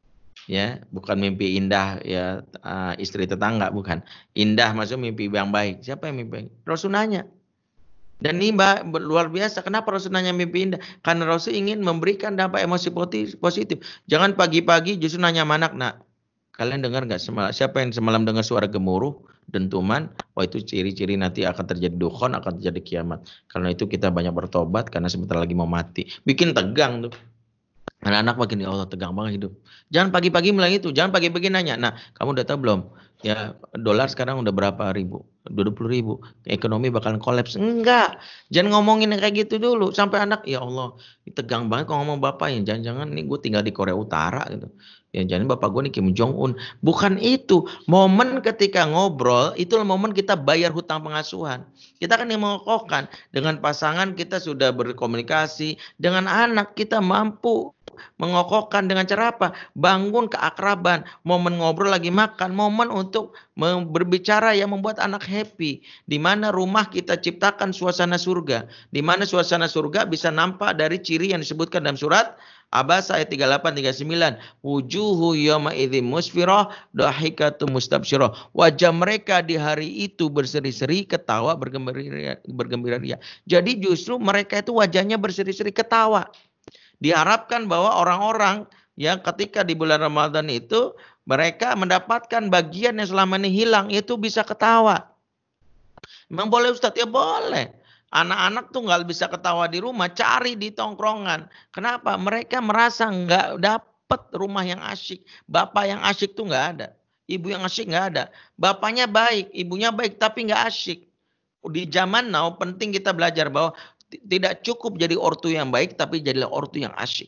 S2: Ya, bukan mimpi indah ya uh, istri tetangga, bukan. Indah maksud mimpi yang baik. Siapa yang mimpi? Rasul nanya. Dan ini luar biasa. Kenapa Rasul nanya mimpi indah? Karena Rasul ingin memberikan dampak emosi positif. Jangan pagi-pagi justru nanya manak, nak. Kalian dengar nggak semalam? Siapa yang semalam dengar suara gemuruh, dentuman? Wah itu ciri-ciri nanti akan terjadi dukhon, akan terjadi kiamat. Karena itu kita banyak bertobat karena sebentar lagi mau mati. Bikin tegang tuh. Anak-anak makin ya Allah tegang banget hidup. Jangan pagi-pagi mulai itu. Jangan pagi-pagi nanya. Nah kamu udah tahu belum? Ya dolar sekarang udah berapa ribu? dua puluh ribu. Ekonomi bakalan kolaps. Enggak. Jangan ngomongin kayak gitu dulu. Sampai anak ya Allah tegang banget kalau ngomong bapaknya. Jangan-jangan nih gue tinggal di Korea Utara gitu. Ya jangan bapak gue nih Kim Jong Un. Bukan itu. Momen ketika ngobrol itulah momen kita bayar hutang pengasuhan. Kita kan yang mengokohkan. Dengan pasangan kita sudah berkomunikasi. Dengan anak kita mampu mengokohkan dengan cara apa? Bangun keakraban. Momen ngobrol lagi makan. Momen untuk berbicara yang membuat anak happy. Di mana rumah kita ciptakan suasana surga. Di mana suasana surga bisa nampak dari ciri yang disebutkan dalam surat Abasa ayat tiga puluh delapan tiga puluh sembilan. Wujuhu yawma idzin musfirah dahikatu mustabsyirah. Wajah mereka di hari itu berseri-seri, ketawa, bergembira, bergembira ria. Jadi justru mereka itu wajahnya berseri-seri, ketawa. Diharapkan bahwa orang-orang yang ketika di bulan Ramadan itu mereka mendapatkan bagian yang selama ini hilang, yaitu bisa ketawa. Memang boleh Ustadz? Ya boleh. Anak-anak tuh nggak bisa ketawa di rumah, cari di tongkrongan. Kenapa? Mereka merasa nggak dapet rumah yang asyik. Bapak yang asyik tuh nggak ada. Ibu yang asyik nggak ada. Bapaknya baik, ibunya baik, tapi nggak asyik. Di zaman now penting kita belajar bahwa tidak cukup jadi ortu yang baik, tapi jadilah ortu yang asyik.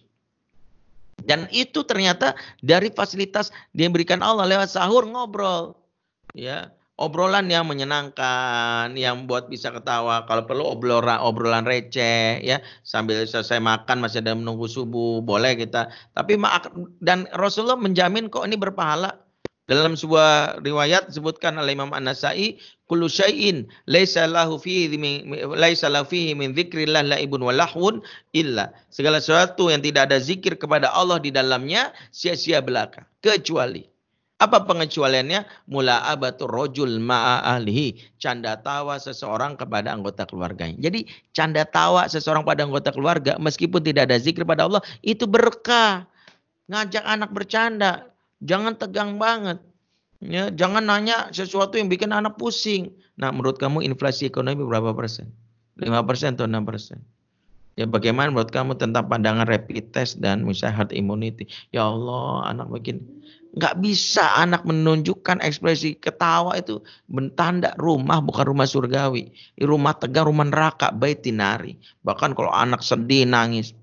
S2: Dan itu ternyata dari fasilitas yang diberikan Allah lewat sahur ngobrol. Ya. Obrolan yang menyenangkan, yang buat bisa ketawa. Kalau perlu obrolan obrolan receh, ya sambil selesai makan masih ada menunggu subuh, boleh kita. Tapi dan Rasulullah menjamin kok ini berpahala. Dalam sebuah riwayat disebutkan oleh Imam An-Nasa'i, kullu syai'in laisa lahu fihi laisa lahu fihi min dzikrillah laibun wa lahwun illa. Segala sesuatu yang tidak ada zikir kepada Allah di dalamnya sia-sia belaka, kecuali apa pengecualiannya? Mula'abatur rajul ma'a ahlihi. Canda tawa seseorang kepada anggota keluarganya. Jadi canda tawa seseorang pada anggota keluarga meskipun tidak ada zikir pada Allah itu berkah. Ngajak anak bercanda, jangan tegang banget. Ya, jangan nanya sesuatu yang bikin anak pusing. Nah, menurut kamu inflasi ekonomi berapa persen? lima persen atau enam persen? Ya, bagaimana menurut kamu tentang pandangan rapid test dan misalnya herd immunity? Ya Allah, anak bikin nggak bisa anak menunjukkan ekspresi ketawa itu tanda rumah bukan rumah surgawi. Rumah tegang, rumah neraka, baitinari. Bahkan kalau anak sedih, nangis,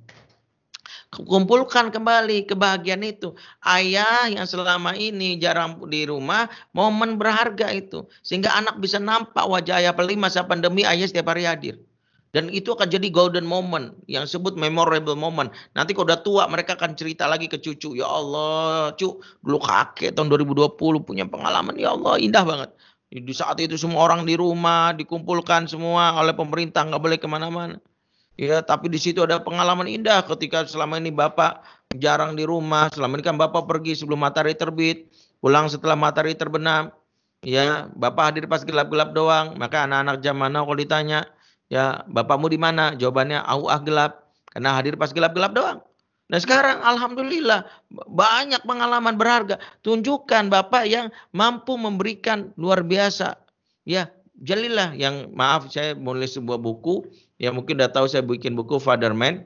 S2: kumpulkan kembali kebahagiaan itu. Ayah yang selama ini jarang di rumah, momen berharga itu. Sehingga anak bisa nampak wajah ayah, apalagi masa pandemi ayah setiap hari hadir. Dan itu akan jadi golden moment, yang disebut memorable moment. Nanti kalau udah tua mereka akan cerita lagi ke cucu. Ya Allah, cu, dulu kakek tahun dua ribu dua puluh punya pengalaman. Ya Allah, indah banget. Di saat itu semua orang di rumah, dikumpulkan semua oleh pemerintah, nggak boleh kemana-mana. Ya, tapi di situ ada pengalaman indah ketika selama ini Bapak jarang di rumah. Selama ini kan Bapak pergi sebelum matahari terbit, pulang setelah matahari terbenam. Ya, Bapak hadir pas gelap-gelap doang. Maka anak-anak zaman now kalau ditanya, ya, bapakmu di mana? Jawabannya au ah gelap, karena hadir pas gelap-gelap doang. Nah, sekarang alhamdulillah banyak pengalaman berharga. Tunjukkan bapak yang mampu memberikan luar biasa. Ya, jalilah yang maaf saya menulis sebuah buku, ya mungkin udah tahu saya bikin buku Father Man.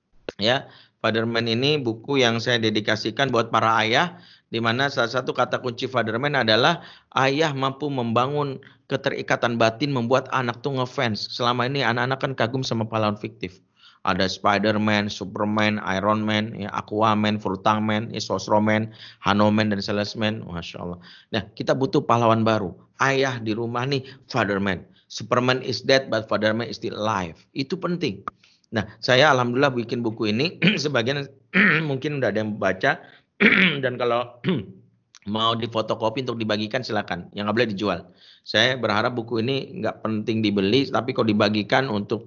S2: Ya, Father Man ini buku yang saya dedikasikan buat para ayah, di mana salah satu kata kunci Father Man adalah ayah mampu membangun keterikatan batin, membuat anak tuh ngefans. Selama ini anak-anak kan kagum sama pahlawan fiktif. Ada Spider-Man, Superman, Iron Man, ya, Aquaman, Frutangman, ya, Sosroman, Hanoman, dan Salesman. Masya Allah. Nah, kita butuh pahlawan baru. Ayah di rumah nih, Father Man. Superman is dead, but Father Man is still alive. Itu penting. Nah, saya alhamdulillah bikin buku ini. Sebagian mungkin udah ada yang baca. Dan kalau mau difotokopi untuk dibagikan silakan. Yang nggak boleh dijual. Saya berharap buku ini nggak penting dibeli, tapi kalau dibagikan untuk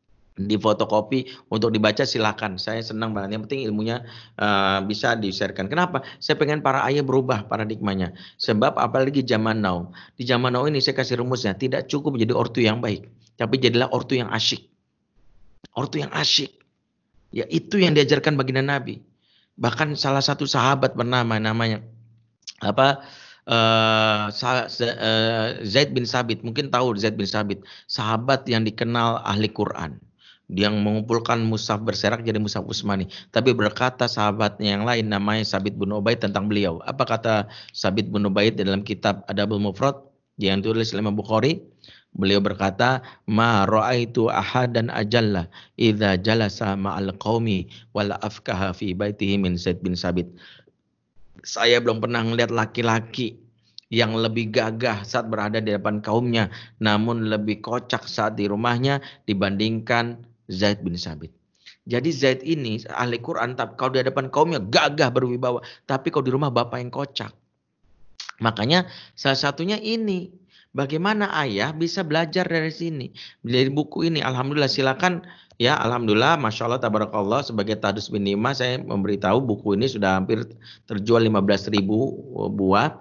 S2: difotokopi, untuk dibaca silakan. Saya senang banget. Yang penting ilmunya uh, bisa di-sharekan. Kenapa? Saya pengen para ayah berubah paradigmanya. Sebab apalagi zaman now. Di zaman now ini saya kasih rumusnya. Tidak cukup menjadi ortu yang baik, tapi jadilah ortu yang asyik. Ortu yang asyik. Ya, itu yang diajarkan baginda Nabi. Bahkan salah satu sahabat bernama namanya apa uh, Zaid bin Sabit, mungkin tahu Zaid bin Sabit, sahabat yang dikenal ahli Quran, yang mengumpulkan mushaf berserak jadi mushaf Utsmani. Tapi berkata sahabatnya yang lain namanya Sabit bin Ubaid tentang beliau. Apa kata Sabit bin Ubaid dalam kitab Adabul Mufrad yang ditulis oleh Imam Bukhari? Beliau berkata, ma ra'aitu ahadan ajalla idza jalasa ma'al qaumi wala afkaha fi baitihi min Zaid bin Sabit. Saya belum pernah melihat laki-laki yang lebih gagah saat berada di depan kaumnya, namun lebih kocak saat di rumahnya dibandingkan Zaid bin Sabit. Jadi Zaid ini ahli Quran, tapi kalau di hadapan kaumnya gagah berwibawa, tapi kalau di rumah bapak yang kocak. Makanya salah satunya ini, bagaimana ayah bisa belajar dari sini, dari buku ini. Alhamdulillah, silakan ya. Alhamdulillah, masya Allah, tabarakallah. Sebagai Tadus bin Nima, saya memberitahu buku ini sudah hampir terjual lima belas ribu buah.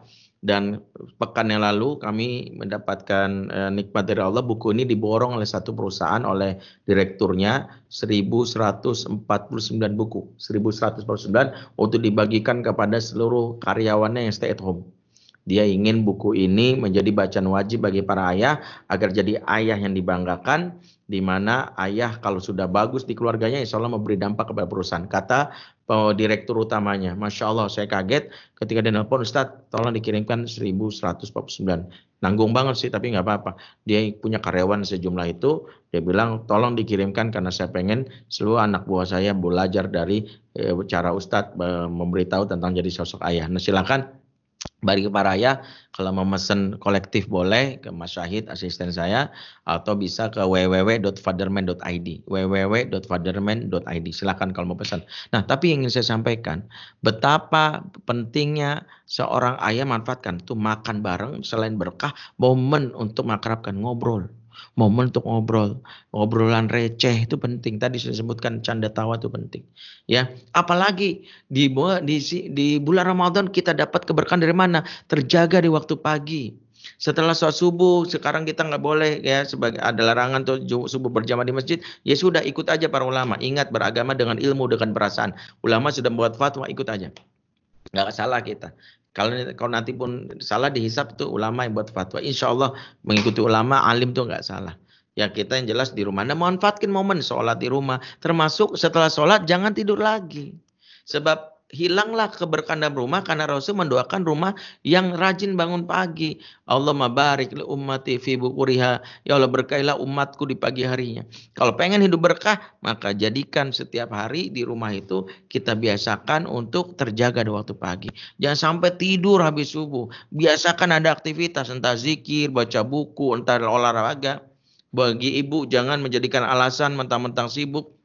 S2: Dan pekan yang lalu kami mendapatkan eh, nikmat dari Allah, buku ini diborong oleh satu perusahaan oleh direkturnya seribu seratus empat puluh sembilan buku, seribu seratus empat puluh sembilan untuk dibagikan kepada seluruh karyawannya yang stay at home. Dia ingin buku ini menjadi bacaan wajib bagi para ayah agar jadi ayah yang dibanggakan, di mana ayah kalau sudah bagus di keluarganya insya Allah memberi dampak kepada perusahaan. Kata oh, direktur utamanya, Masya Allah saya kaget ketika dia nelpon, Ustadz tolong dikirimkan seribu seratus empat puluh sembilan. Nanggung banget sih tapi nggak apa-apa. Dia punya karyawan sejumlah itu, dia bilang tolong dikirimkan karena saya pengen seluruh anak buah saya belajar dari eh, cara Ustadz eh, memberitahu tentang jadi sosok ayah. Nah silakan bagi para ayah, kalau memesan kolektif boleh ke Mas Syahid, asisten saya, atau bisa ke w w w dot fatherman dot i d, w w w dot fatherman dot i d. Silakan kalau mau pesan. Nah, tapi yang ingin saya sampaikan, betapa pentingnya seorang ayah manfaatkan itu makan bareng, selain berkah, momen untuk mengakrabkan, ngobrol. Momen untuk ngobrol, ngobrolan receh itu penting. Tadi sudah sebutkan canda tawa itu penting. Ya, apalagi di di di bulan Ramadan kita dapat keberkahan dari mana? Terjaga di waktu pagi. Setelah sholat subuh, sekarang kita nggak boleh ya sebagai ada larangan tuh subuh berjamaah di masjid. Ya sudah ikut aja para ulama. Ingat beragama dengan ilmu dengan perasaan. Ulama sudah membuat fatwa, ikut aja. Nggak salah kita. Kalau kalau nanti pun salah dihisap itu ulama yang buat fatwa. Insya Allah mengikuti ulama, alim tuh nggak salah. Ya kita yang jelas di rumah. Nah, manfaatkan momen sholat di rumah. Termasuk setelah sholat jangan tidur lagi. Sebab hilanglah keberkahan dalam rumah karena Rasul mendoakan rumah yang rajin bangun pagi. Allahumma barik li ummati fi bukuriha. Ya Allah berkailah umatku di pagi harinya. Kalau pengen hidup berkah, maka jadikan setiap hari di rumah itu kita biasakan untuk terjaga di waktu pagi. Jangan sampai tidur habis subuh. Biasakan ada aktivitas, entah zikir, baca buku, entah olahraga. Bagi ibu jangan menjadikan alasan mentang-mentang sibuk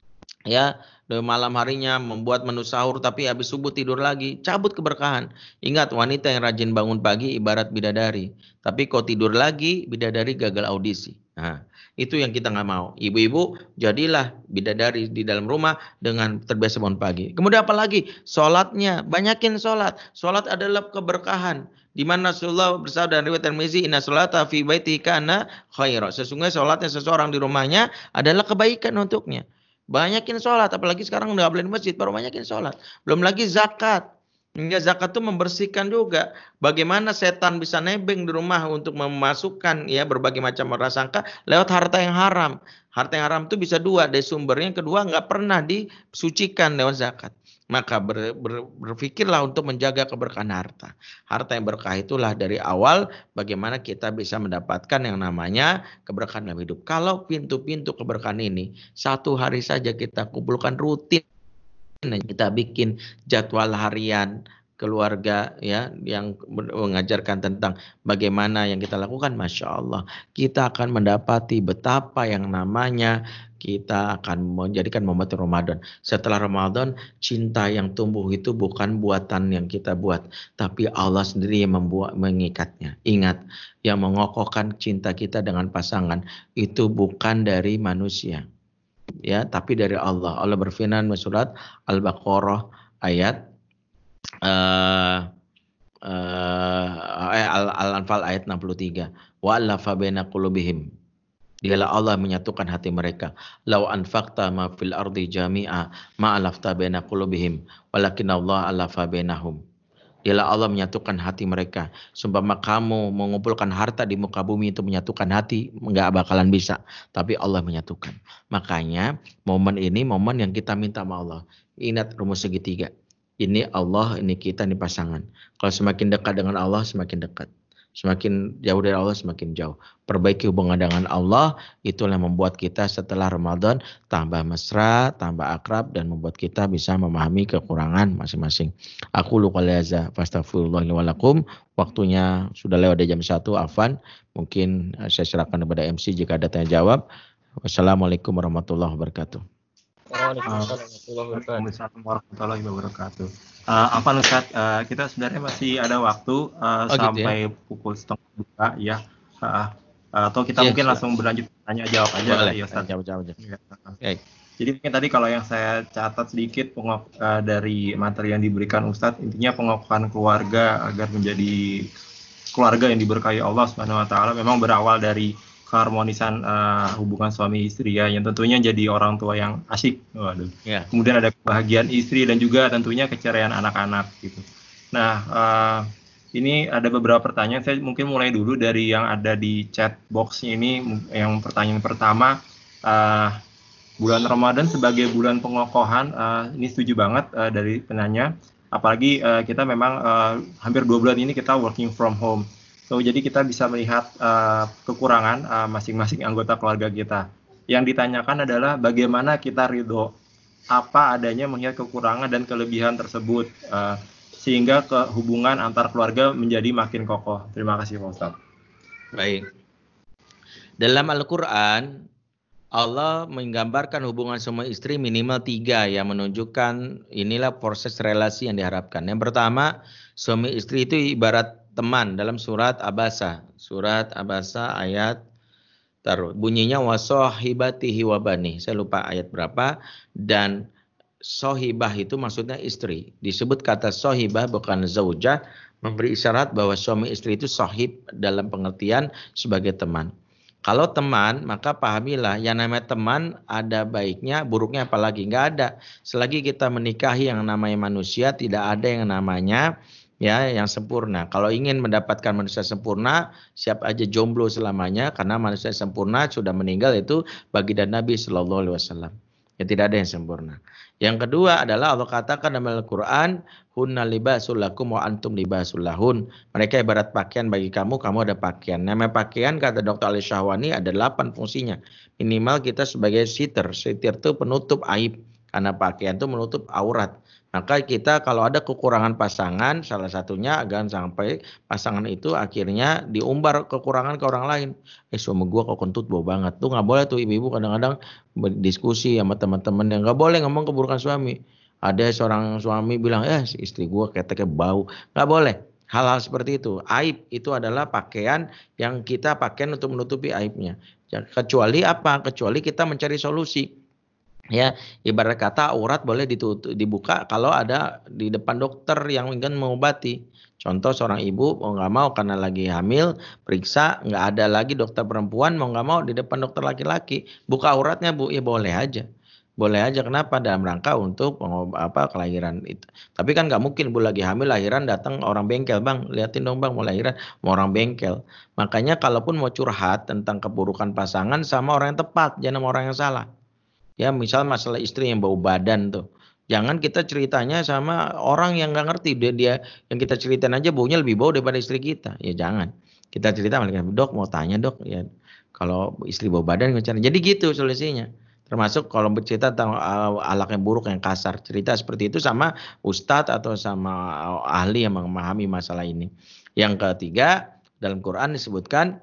S2: ya malam harinya membuat menu sahur tapi habis subuh tidur lagi, cabut keberkahan. Ingat, wanita yang rajin bangun pagi ibarat bidadari, tapi kau tidur lagi bidadari gagal audisi. Nah, itu yang kita nggak mau. Ibu-ibu jadilah bidadari di dalam rumah dengan terbiasa bangun pagi. Kemudian apalagi sholatnya, banyakin sholat. Sholat adalah keberkahan. Di mana Rasulullah bersabda dari riwayat Tirmizi, inna sholata fi baiti kana khaira. Sesungguhnya sholatnya seseorang di rumahnya adalah kebaikan untuknya. Banyakin sholat, apalagi sekarang nggak boleh di masjid, baru banyakin sholat. Belum lagi zakat. Hingga zakat itu membersihkan juga. Bagaimana setan bisa nebeng di rumah untuk memasukkan ya berbagai macam prasangka lewat harta yang haram. Harta yang haram itu bisa dua, dari sumbernya. Yang kedua nggak pernah disucikan lewat zakat. Maka ber, ber, berpikirlah untuk menjaga keberkahan harta. Harta yang berkah itulah dari awal bagaimana kita bisa mendapatkan yang namanya keberkahan dalam hidup. Kalau pintu-pintu keberkahan ini satu hari saja kita kumpulkan rutin, kita bikin jadwal harian keluarga ya yang mengajarkan tentang bagaimana yang kita lakukan, Masya Allah kita akan mendapati betapa yang namanya kita akan menjadikan momen Ramadan. Setelah Ramadan, cinta yang tumbuh itu bukan buatan yang kita buat, tapi Allah sendiri yang membuat mengikatnya. Ingat, yang mengokohkan cinta kita dengan pasangan itu bukan dari manusia, ya, tapi dari Allah. Allah berfirman di surat Al-Baqarah ayat uh, uh, Al-Anfal ayat enam puluh tiga. Wa allafa baina qulubihim. Dialah Allah menyatukan hati mereka. Lau anfaqta ma fil ardi jami'a ma alafta baina qulubihim walakin Allah alafa bainahum. Dialah Allah menyatukan hati mereka. Seumpama kamu mengumpulkan harta di muka bumi itu menyatukan hati, enggak bakalan bisa. Tapi Allah menyatukan. Makanya momen ini momen yang kita minta sama Allah. Ingat rumus segitiga. Ini Allah, ini kita, ini pasangan. Kalau semakin dekat dengan Allah, semakin dekat. Semakin jauh dari Allah, semakin jauh. Perbaiki hubungan dengan Allah, itulah yang membuat kita setelah Ramadan tambah mesra, tambah akrab, dan membuat kita bisa memahami kekurangan masing-masing. Aku luka liaza, fastaghfirullahi wa lakum. Waktunya sudah lewat dari jam satu, Afan. Mungkin saya serahkan kepada M C jika ada tanya jawab. Wassalamualaikum warahmatullahi wabarakatuh.
S1: Waalaikumsalam warahmatullahi wabarakatuh. Uh, Afan Ustaz, uh, kita sebenarnya masih ada waktu uh,
S2: oh,
S1: sampai gitu ya? Pukul setengah dua ya. Uh, uh, atau kita yeah, mungkin sudah. Langsung berlanjut tanya jawab aja
S2: boleh,
S1: ya Ustaz.
S2: Jawab, jawab, jawab. Ya. Okay.
S1: Jadi mungkin tadi kalau yang saya catat sedikit pengok, uh, dari materi yang diberikan Ustadz, intinya pengokohan keluarga agar menjadi keluarga yang diberkahi Allah Subhanahu Wa Taala memang berawal dari keharmonisan uh, hubungan suami istri ya, yang tentunya jadi orang tua yang asyik. Waduh.
S2: Ya.
S1: Kemudian ada kebahagiaan istri dan juga tentunya keceriaan anak-anak gitu. Nah, uh, ini ada beberapa pertanyaan. Saya mungkin mulai dulu dari yang ada di chat box ini. Yang pertanyaan pertama. Uh, Bulan Ramadan sebagai bulan pengokohan, uh, ini setuju banget uh, dari penanya. Apalagi uh, kita memang uh, hampir dua bulan ini kita working from home. So jadi kita bisa melihat uh, kekurangan uh, masing-masing anggota keluarga kita. Yang ditanyakan adalah bagaimana kita ridho apa adanya melihat kekurangan dan kelebihan tersebut uh, sehingga kehubungan antar keluarga menjadi makin kokoh. Terima kasih Pak Ustadz.
S2: Baik. Dalam Al-Quran Allah menggambarkan hubungan suami istri minimal tiga yang menunjukkan inilah proses relasi yang diharapkan. Yang pertama, suami istri itu ibarat teman dalam surat Abasa. Surat Abasa ayat taruh bunyinya wasahibatihi wabani. Saya lupa ayat berapa. Dan sohibah itu maksudnya istri. Disebut kata sohibah bukan zaujah, memberi isyarat bahwa suami istri itu sohib dalam pengertian sebagai teman. Kalau teman, maka pahamilah yang namanya teman ada baiknya, buruknya apalagi. Nggak ada. Selagi kita menikahi yang namanya manusia, tidak ada yang namanya ya yang sempurna. Kalau ingin mendapatkan manusia sempurna, siap aja jomblo selamanya, karena manusia sempurna sudah meninggal itu baginda Nabi Shallallahu Alaihi Wasallam. Ya tidak ada yang sempurna. Yang kedua adalah Allah katakan dalam Al-Quran, hunna libasul lakum wa antum libasul lahun. Mereka ibarat pakaian bagi kamu, kamu ada pakaian. Namanya pakaian kata dokter Ali Syahwani ada delapan fungsinya. Minimal kita sebagai sitter. Sitter itu penutup aib. Karena pakaian itu menutup aurat. Maka kita kalau ada kekurangan pasangan, salah satunya agar sampai pasangan itu akhirnya diumbar kekurangan ke orang lain. Eh suami gue kok kentut bau banget. Tuh nggak boleh tuh ibu-ibu kadang-kadang berdiskusi sama teman-teman yang nggak boleh ngomong keburukan suami. Ada seorang suami bilang, eh istri gue keteknya bau. Nggak boleh. Hal-hal seperti itu. Aib itu adalah pakaian yang kita pakai untuk menutupi aibnya. Kecuali apa? Kecuali kita mencari solusi. Ya, ibarat kata aurat boleh ditutup, dibuka kalau ada di depan dokter yang ingin mengobati. Contoh seorang ibu mau nggak mau karena lagi hamil, periksa nggak ada lagi dokter perempuan, mau nggak mau di depan dokter laki-laki, buka auratnya bu, ya boleh aja, boleh aja. Kenapa? Dalam rangka untuk apa kelahiran itu. Tapi kan nggak mungkin bu lagi hamil lahiran datang orang bengkel, bang liatin dong bang mau lahiran, mau orang bengkel. Makanya kalaupun mau curhat tentang keburukan pasangan sama orang yang tepat, jangan sama orang yang salah. Ya misal masalah istri yang bau badan tuh. Jangan kita ceritanya sama orang yang nggak ngerti. Dia, dia yang kita ceritain aja baunya lebih bau daripada istri kita. Ya jangan. Kita cerita malah dok mau tanya dok ya kalau istri bau badan gimana? Jadi gitu solusinya. Termasuk kalau bercerita tentang uh, akhlak yang buruk yang kasar. Cerita seperti itu sama ustadz atau sama ahli yang memahami masalah ini. Yang ketiga dalam Quran disebutkan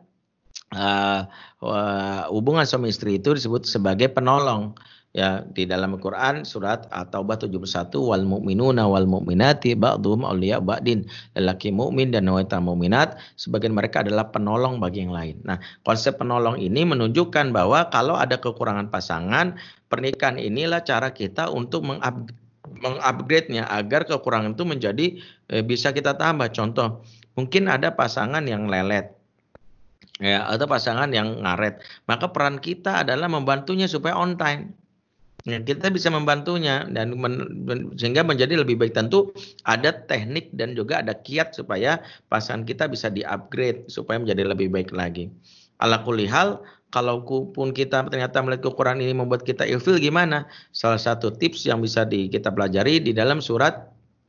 S2: Uh, uh, hubungan suami istri itu disebut sebagai penolong ya di dalam Al-Qur'an surat At-Taubah tujuh puluh satu wal mu'minuna wal mu'minati ba'dhum awliya ba'din. Lelaki mukmin dan wanita mukminat sebagian mereka adalah penolong bagi yang lain. Nah, konsep penolong ini menunjukkan bahwa kalau ada kekurangan pasangan, pernikahan inilah cara kita untuk mengupgrade mengupgrade-nya agar kekurangan itu menjadi eh, bisa kita tambah. Contoh, mungkin ada pasangan yang lelet ya atau pasangan yang ngaret, maka peran kita adalah membantunya supaya on time. Ya, kita bisa membantunya dan men, men, sehingga menjadi lebih baik. Tentu ada teknik dan juga ada kiat supaya pasangan kita bisa di-upgrade supaya menjadi lebih baik lagi. Ala kulli hal, kalau pun kita ternyata melihat kekurangan ini membuat kita ilfil gimana? Salah satu tips yang bisa di, kita pelajari di dalam surat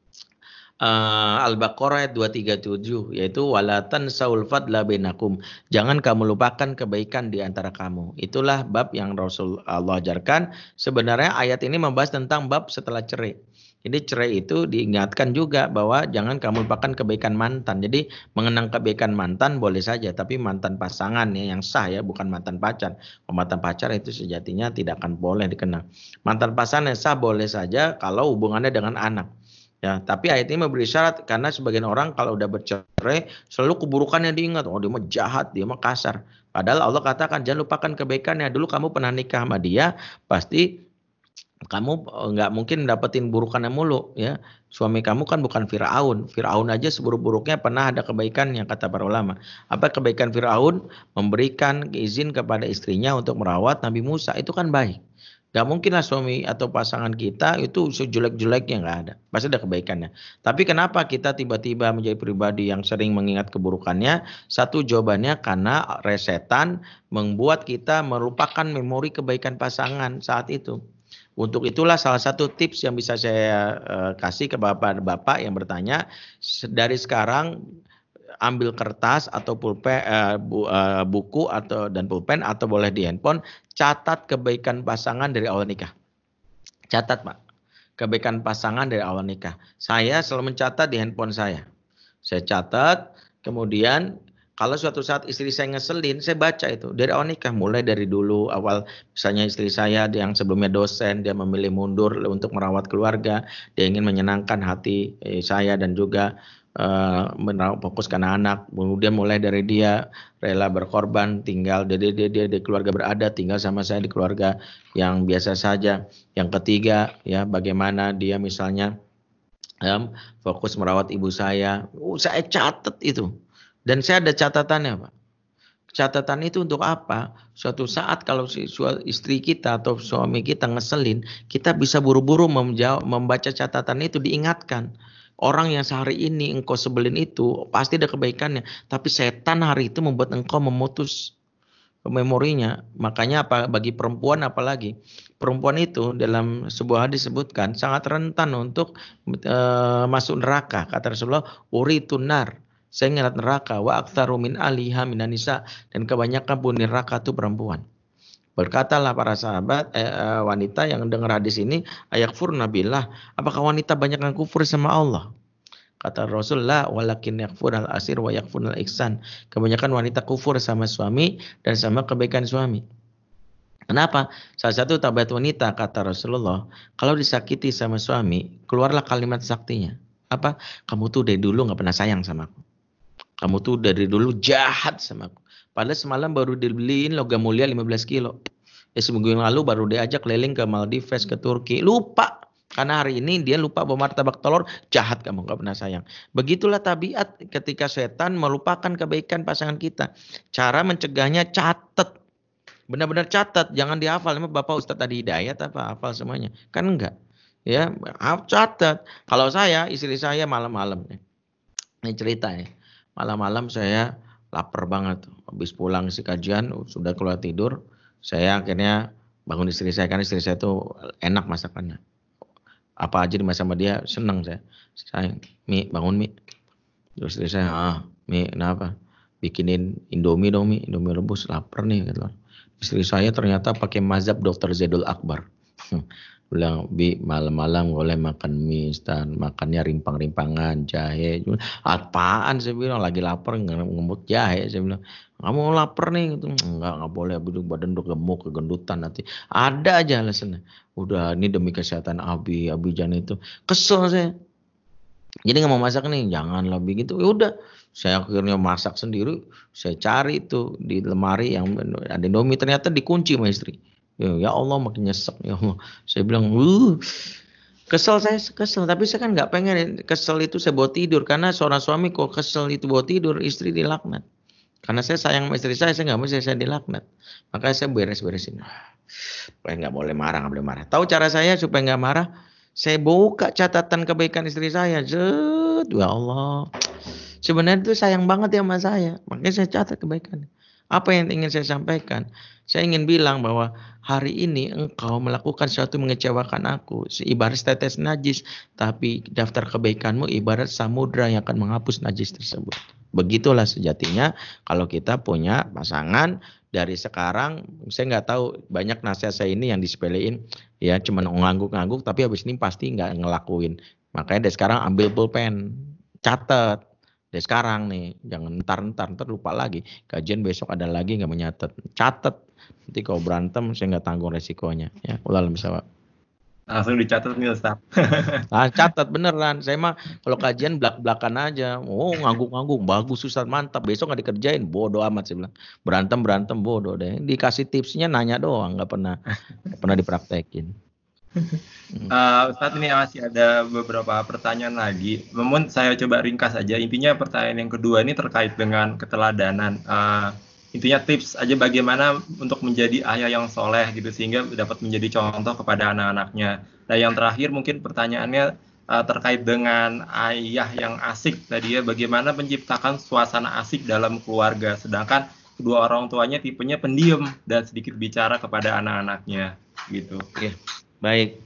S2: Uh, Al-Baqarah ayat dua ratus tiga puluh tujuh yaitu walatan saul fadla bainakum. Jangan kamu lupakan kebaikan di antara kamu. Itulah bab yang Rasul Allah ajarkan. Sebenarnya ayat ini membahas tentang bab setelah cerai. Jadi cerai itu diingatkan juga bahwa jangan kamu lupakan kebaikan mantan. Jadi mengenang kebaikan mantan boleh saja, tapi mantan pasangan ya yang sah ya, bukan mantan pacar. Kalau mantan pacar itu sejatinya tidak akan boleh dikenang. Mantan pasangan yang sah boleh saja kalau hubungannya dengan anak. Ya, tapi ayat ini memberi syarat karena sebagian orang kalau udah bercerai selalu keburukannya diingat. Oh dia mah jahat, dia mah kasar. Padahal Allah katakan jangan lupakan kebaikannya. Dulu kamu pernah nikah sama dia, pasti kamu nggak mungkin dapetin burukannya mulu ya. Suami kamu kan bukan Firaun. Firaun aja seburuk-buruknya pernah ada kebaikannya kata para ulama. Apa kebaikan Firaun? Memberikan izin kepada istrinya untuk merawat Nabi Musa. Itu kan baik. Gak mungkin lah suami atau pasangan kita itu sejelek-jeleknya, nggak ada. Pasti ada kebaikannya. Tapi kenapa kita tiba-tiba menjadi pribadi yang sering mengingat keburukannya? Satu jawabannya karena resetan membuat kita melupakan memori kebaikan pasangan saat itu. Untuk itulah salah satu tips yang bisa saya uh, kasih ke bapak-bapak yang bertanya, dari sekarang ambil kertas atau pulpen, uh, bu, uh, buku atau dan pulpen atau boleh di handphone, catat kebaikan pasangan dari awal nikah. Catat, Pak. Kebaikan pasangan dari awal nikah. Saya selalu mencatat di handphone saya. Saya catat, kemudian kalau suatu saat istri saya ngeselin, saya baca itu dari awal nikah, mulai dari dulu awal, misalnya istri saya yang sebelumnya dosen, dia memilih mundur untuk merawat keluarga, dia ingin menyenangkan hati eh, saya dan juga uh, fokus ke anak-anak. Kemudian mulai dari dia rela berkorban, tinggal dia dia dia di keluarga berada, tinggal sama saya di keluarga yang biasa saja. Yang ketiga, ya bagaimana dia misalnya um, fokus merawat ibu saya, uh, saya catat itu. Dan saya ada catatannya, Pak. Catatan itu untuk apa? Suatu saat kalau si istri kita atau suami kita ngeselin, kita bisa buru-buru membaca catatan itu, diingatkan. Orang yang sehari ini engkau sebelin itu pasti ada kebaikannya. Tapi setan hari itu membuat engkau memutus memorinya. Makanya apa bagi perempuan apalagi. Perempuan itu dalam sebuah hadis disebutkan sangat rentan untuk uh, masuk neraka. Kata Rasulullah, uritun nar. Saya ingat neraka, wa aktsaru min aliha minan nisa, dan kebanyakan pun neraka itu perempuan. Berkatalah para sahabat eh, eh, wanita yang dengar hadis ini, ayakfurna billah, apakah wanita banyak yang kufur sama Allah? Kata Rasulullah, walakin yakfurul asir wa yakfurul ihsan. Kebanyakan wanita kufur sama suami dan sama kebaikan suami. Kenapa? Salah satu tabiat wanita kata Rasulullah, kalau disakiti sama suami, keluarlah kalimat saktinya. Apa? Kamu tuh dari dulu nggak pernah sayang sama aku. Kamu tuh dari dulu jahat sama aku. Padahal semalam baru dibeliin logam mulia lima belas kilo. Ya seminggu yang lalu baru diajak keliling ke Maldives, ke Turki. Lupa. Karena hari ini dia lupa bawa martabak telur. Jahat kamu, gak pernah sayang. Begitulah tabiat ketika setan melupakan kebaikan pasangan kita. Cara mencegahnya catat. Benar-benar catat. Jangan dihafal. Emang Bapak Ustadz tadi Hidayat apa hafal semuanya? Kan enggak. Ya, catat. Kalau saya, istri saya malam-malam. Ini cerita ya. Malam-malam saya lapar banget. Habis pulang si kajian, sudah keluar tidur. Saya akhirnya bangun istri saya. Karena istri saya itu enak masakannya. Apa aja dimasak sama dia, senang saya. Saya, Mi, bangun Mi. Terus istri saya, ah, Mi, kenapa? Bikinin Indomie dong Mi. Indomie rebus, lapar nih. Gitu. Istri saya ternyata pakai mazhab dokter Zaidul Akbar. Bilang, Bi, malam-malam boleh makan mie instan, makannya rimpang-rimpangan, jahe. Apaan saya bilang, lagi lapar ngemut jahe. Saya bilang, kamu lapar nih? Gitu. Enggak, enggak boleh, badan udah gemuk, kegendutan nanti. Ada aja alasannya. Udah, ini demi kesehatan Abi, Abi jangan itu. Kesel saya. Jadi nggak mau masak nih, janganlah begitu. Ya udah, saya akhirnya masak sendiri. Saya cari itu di lemari yang ada Indomie, ternyata dikunci sama istri. Ya Allah makin nyesek ya Allah. Saya bilang, uh, kesel saya kesel, tapi saya kan nggak pengen kesel itu saya bawa tidur, karena seorang suami kok kesel itu bawa tidur, istri dilaknat. Karena saya sayang sama istri saya, saya nggak mau saya, saya dilaknat. Makanya saya beres-beresin. Supaya nggak boleh marah, nggak boleh marah. Tahu cara saya supaya nggak marah? Saya buka catatan kebaikan istri saya. Zet, ya Allah. Sebenarnya itu sayang banget ya sama saya. Makanya saya catat kebaikan. Apa yang ingin saya sampaikan? Saya ingin bilang bahwa hari ini engkau melakukan sesuatu mengecewakan aku. Ibarat tetes najis. Tapi daftar kebaikanmu ibarat samudra yang akan menghapus najis tersebut. Begitulah sejatinya kalau kita punya pasangan. Dari sekarang, saya nggak tahu banyak nasihat saya ini yang disepelein. Ya cuma ngangguk-ngangguk tapi habis ini pasti nggak ngelakuin. Makanya dari sekarang ambil pulpen. Catat. Dari sekarang nih, jangan ntar-ntar, ntar lupa lagi. Kajian besok ada lagi nggak menyatet. Catat. Nanti kalau berantem saya nggak tanggung resikonya. Ya, ulah bisa Pak.
S1: Langsung dicatat nih Ustaz.
S2: Nah, catat beneran. Saya mah kalau kajian belak-belakan aja. Oh, ngangguk-ngangguk, bagus Ustaz, mantap. Besok nggak dikerjain, bodoh amat saya bilang. Berantem berantem bodoh deh. Dikasih tipsnya nanya doang, nggak pernah nggak pernah dipraktekin.
S1: Uh, Ustadz, ini masih ada beberapa pertanyaan lagi. Namun saya coba ringkas aja. Intinya pertanyaan yang kedua ini terkait dengan keteladanan. Uh, intinya tips aja bagaimana untuk menjadi ayah yang soleh gitu sehingga dapat menjadi contoh kepada anak-anaknya. Nah yang terakhir mungkin pertanyaannya uh, terkait dengan ayah yang asik tadi ya. Bagaimana menciptakan suasana asik dalam keluarga. Sedangkan kedua orang tuanya tipenya pendiam dan sedikit bicara kepada anak-anaknya gitu.
S2: Oke, baik.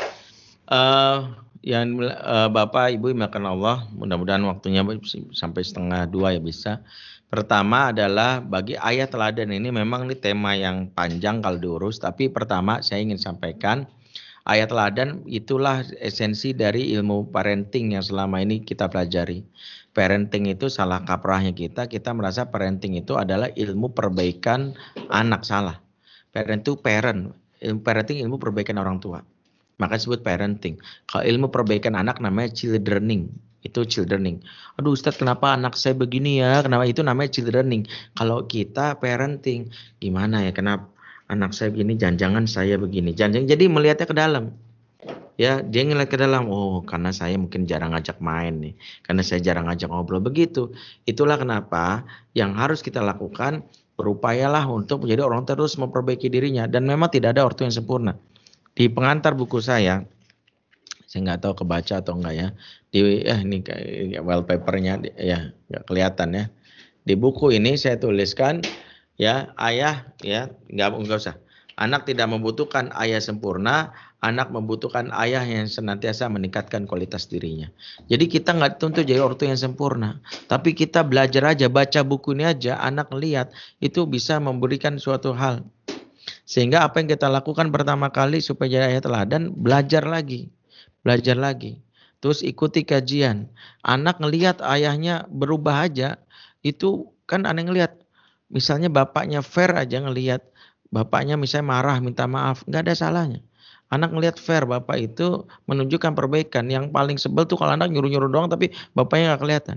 S2: Uh, yang uh, Bapak Ibu dimakan Allah, mudah-mudahan waktunya sampai setengah dua ya bisa. Pertama adalah bagi ayah teladan ini memang ini tema yang panjang kalau diurus, tapi pertama saya ingin sampaikan ayah teladan itulah esensi dari ilmu parenting yang selama ini kita pelajari. Parenting itu salah kaprahnya kita, kita merasa parenting itu adalah ilmu perbaikan anak, salah. Parent itu parent, ilmu parenting ilmu perbaikan orang tua. Maka disebut parenting. Kalau ilmu perbaikan anak namanya childrening. Itu childrening. Aduh Ustadz, kenapa anak saya begini ya? Kenapa? Itu namanya childrening. Kalau kita parenting, gimana ya? Kenapa anak saya begini? Jangan-jangan saya begini. Jangan-jangan jadi melihatnya ke dalam. Ya, dia ngeliat ke dalam. Oh, karena saya mungkin jarang ngajak main nih. Karena saya jarang ngajak ngobrol begitu. Itulah kenapa yang harus kita lakukan, berupayalah untuk menjadi orang terus memperbaiki dirinya. Dan memang tidak ada ortu yang sempurna. Di pengantar buku saya, saya nggak tahu kebaca atau enggak ya. Di ya ini kayak wallpapernya ya nggak kelihatan ya. Di buku ini saya tuliskan ya ayah ya nggak nggak usah. Anak tidak membutuhkan ayah sempurna, anak membutuhkan ayah yang senantiasa meningkatkan kualitas dirinya. Jadi kita nggak tuntut jadi ortu yang sempurna, tapi kita belajar aja, baca buku ini aja, anak lihat itu bisa memberikan suatu hal. Sehingga apa yang kita lakukan pertama kali supaya jadi ayah teladan, belajar lagi. Belajar lagi. Terus ikuti kajian. Anak ngelihat ayahnya berubah aja, itu kan aneh ngelihat. Misalnya bapaknya fair aja ngelihat. Bapaknya misalnya marah, minta maaf. Nggak ada salahnya. Anak ngelihat fair, bapak itu menunjukkan perbaikan. Yang paling sebel tuh kalau anak nyuruh-nyuruh doang tapi bapaknya nggak kelihatan.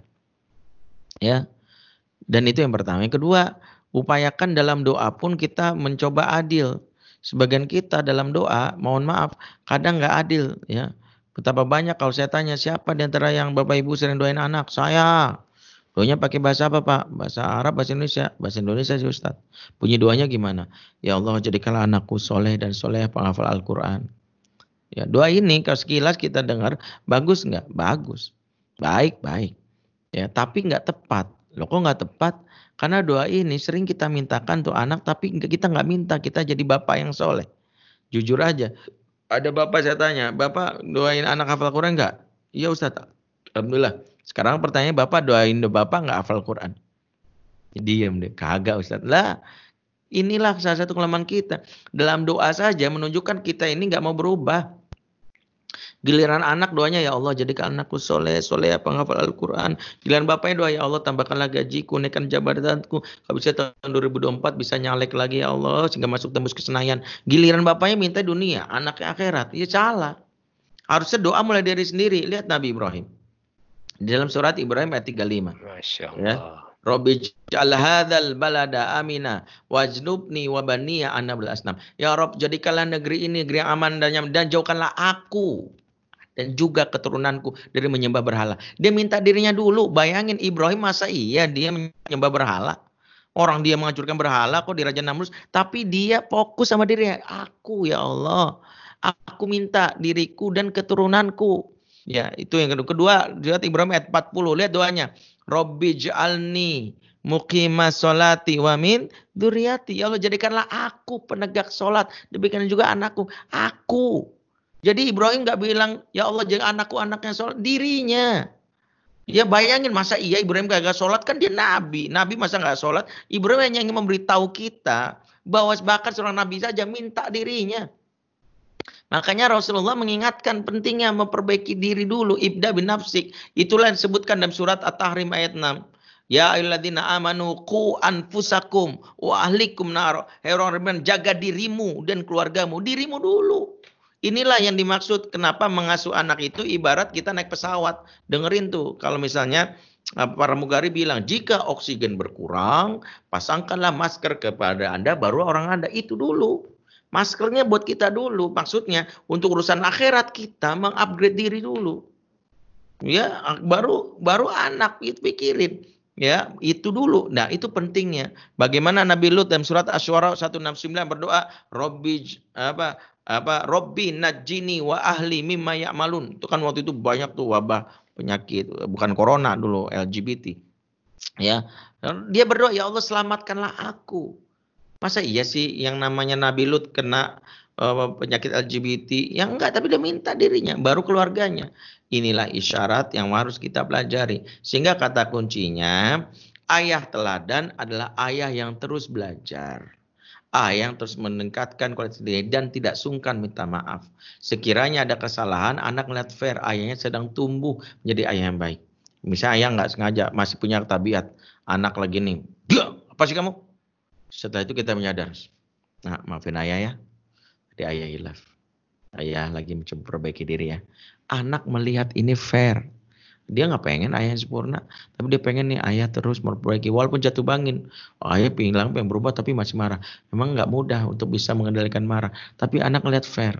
S2: Ya. Dan itu yang pertama. Yang kedua, upayakan dalam doa pun kita mencoba adil. Sebagian kita dalam doa, mohon maaf, kadang nggak adil. Ya, betapa banyak kalau saya tanya siapa di antara yang Bapak Ibu sering doain anak? Saya. Doanya pakai bahasa apa Pak? Bahasa Arab, bahasa Indonesia? Bahasa Indonesia sih Ustaz. Bunyi doanya gimana? Ya Allah, jadikanlah anakku soleh dan soleh penghafal Al-Quran. Ya, doa ini kalau sekilas kita dengar, bagus nggak? Bagus. Baik, baik. Ya, tapi nggak tepat. Loh kok nggak tepat? Karena doa ini sering kita mintakan tuh anak, tapi kita nggak minta, kita jadi bapak yang soleh. Jujur aja, ada bapak saya tanya, Bapak doain anak hafal Quran nggak? Iya Ustaz, alhamdulillah. Sekarang pertanyaannya, Bapak doain Bapak nggak hafal Quran? Diam deh, kagak Ustaz. Lah, inilah salah satu kelemahan kita. Dalam doa saja menunjukkan kita ini nggak mau berubah. Giliran anak doanya, ya Allah jadikan anakku soleh, soleh penghafal Al-Quran. Giliran bapaknya doa, ya Allah tambahkanlah gajiku, naikkan jabatanku. Kalau bisa tahun dua ribu dua puluh empat bisa nyalek lagi ya Allah, sehingga masuk tembus ke Senayan. Giliran bapaknya minta dunia, anaknya akhirat. Ya salah. Harusnya doa mulai dari sendiri. Lihat Nabi Ibrahim. Di dalam surat Ibrahim ayat tiga puluh lima.
S5: Masya Allah.
S2: Ya. Rabbi ja'al hadzal balada amina wajnubni wa baniya an na'budal asnam. Ya Rabb, jadikanlah negeri ini negeri yang aman dan nyaman, dan jauhkanlah aku dan juga keturunanku dari menyembah berhala. Dia minta dirinya dulu. Bayangin Ibrahim, masa iya dia menyembah berhala? Orang dia menghancurkan berhala kok di Raja Namrus. Tapi dia fokus sama dirinya. Aku ya Allah, aku minta diriku dan keturunanku. Ya, itu yang kedua. Kedua, lihat Ibrahim ayat empat puluh. Lihat doanya. Rabbi ja'alni muqimah sholati wa min dzurriyyati. Ya Allah, jadikanlah aku penegak sholat. Demikian juga anakku. Aku. Jadi Ibrahim nggak bilang, ya Allah jangan anakku anaknya sholat, dirinya. Ya bayangin, masa iya Ibrahim gak sholat? Kan dia nabi. Nabi masa nggak sholat? Ibrahim hanya ingin memberitahu kita bahwa bahkan seorang nabi saja minta dirinya. Makanya Rasulullah mengingatkan pentingnya memperbaiki diri dulu. Ibda bin nafsik. Itulah yang disebutkan dalam surat At-Tahrim ayat enam. Ya ayyuhalladzina amanu qu anfusakum wa ahlikum nar. Hai orang beriman, jaga dirimu dan keluargamu. Dirimu dulu. Inilah yang dimaksud kenapa mengasuh anak itu ibarat kita naik pesawat. Dengerin tuh, kalau misalnya para mugari bilang, jika oksigen berkurang, pasangkanlah masker kepada Anda, baru orang Anda. Itu dulu. Maskernya buat kita dulu. Maksudnya untuk urusan akhirat kita mengupgrade diri dulu. Ya, baru baru anak itu pikirin. Ya, itu dulu. Nah, itu pentingnya. Bagaimana Nabi Lut dalam surat Asy-Syu'ara seratus enam puluh sembilan berdoa, Robbi apa apa Robbi najjini wa ahli mimma ya'malun. Itu kan waktu itu banyak tuh wabah penyakit, bukan corona dulu, L G B T. Ya, dia berdoa, ya Allah selamatkanlah aku. Masa iya sih yang namanya Nabi Lut kena uh, penyakit L G B T? Ya enggak, tapi dia minta dirinya, baru keluarganya. Inilah isyarat yang harus kita pelajari. Sehingga kata kuncinya, ayah teladan adalah ayah yang terus belajar. Ayah yang terus meningkatkan kualitas diri dan tidak sungkan minta maaf. Sekiranya ada kesalahan, anak melihat fair, ayahnya sedang tumbuh menjadi ayah yang baik. Misalnya ayah nggak sengaja, masih punya tabiat, anak lagi nih, dia apa sih kamu? Setelah itu kita menyadar, nah maafin ayah ya, jadi ayah hilaf. Ayah lagi mencoba perbaiki diri ya. Anak melihat ini fair. Dia nggak pengen ayah sempurna, tapi dia pengen nih ayah terus memperbaiki walaupun jatuh bangin. Oh, ayah bilang pengen berubah tapi masih marah. Memang nggak mudah untuk bisa mengendalikan marah. Tapi anak melihat fair.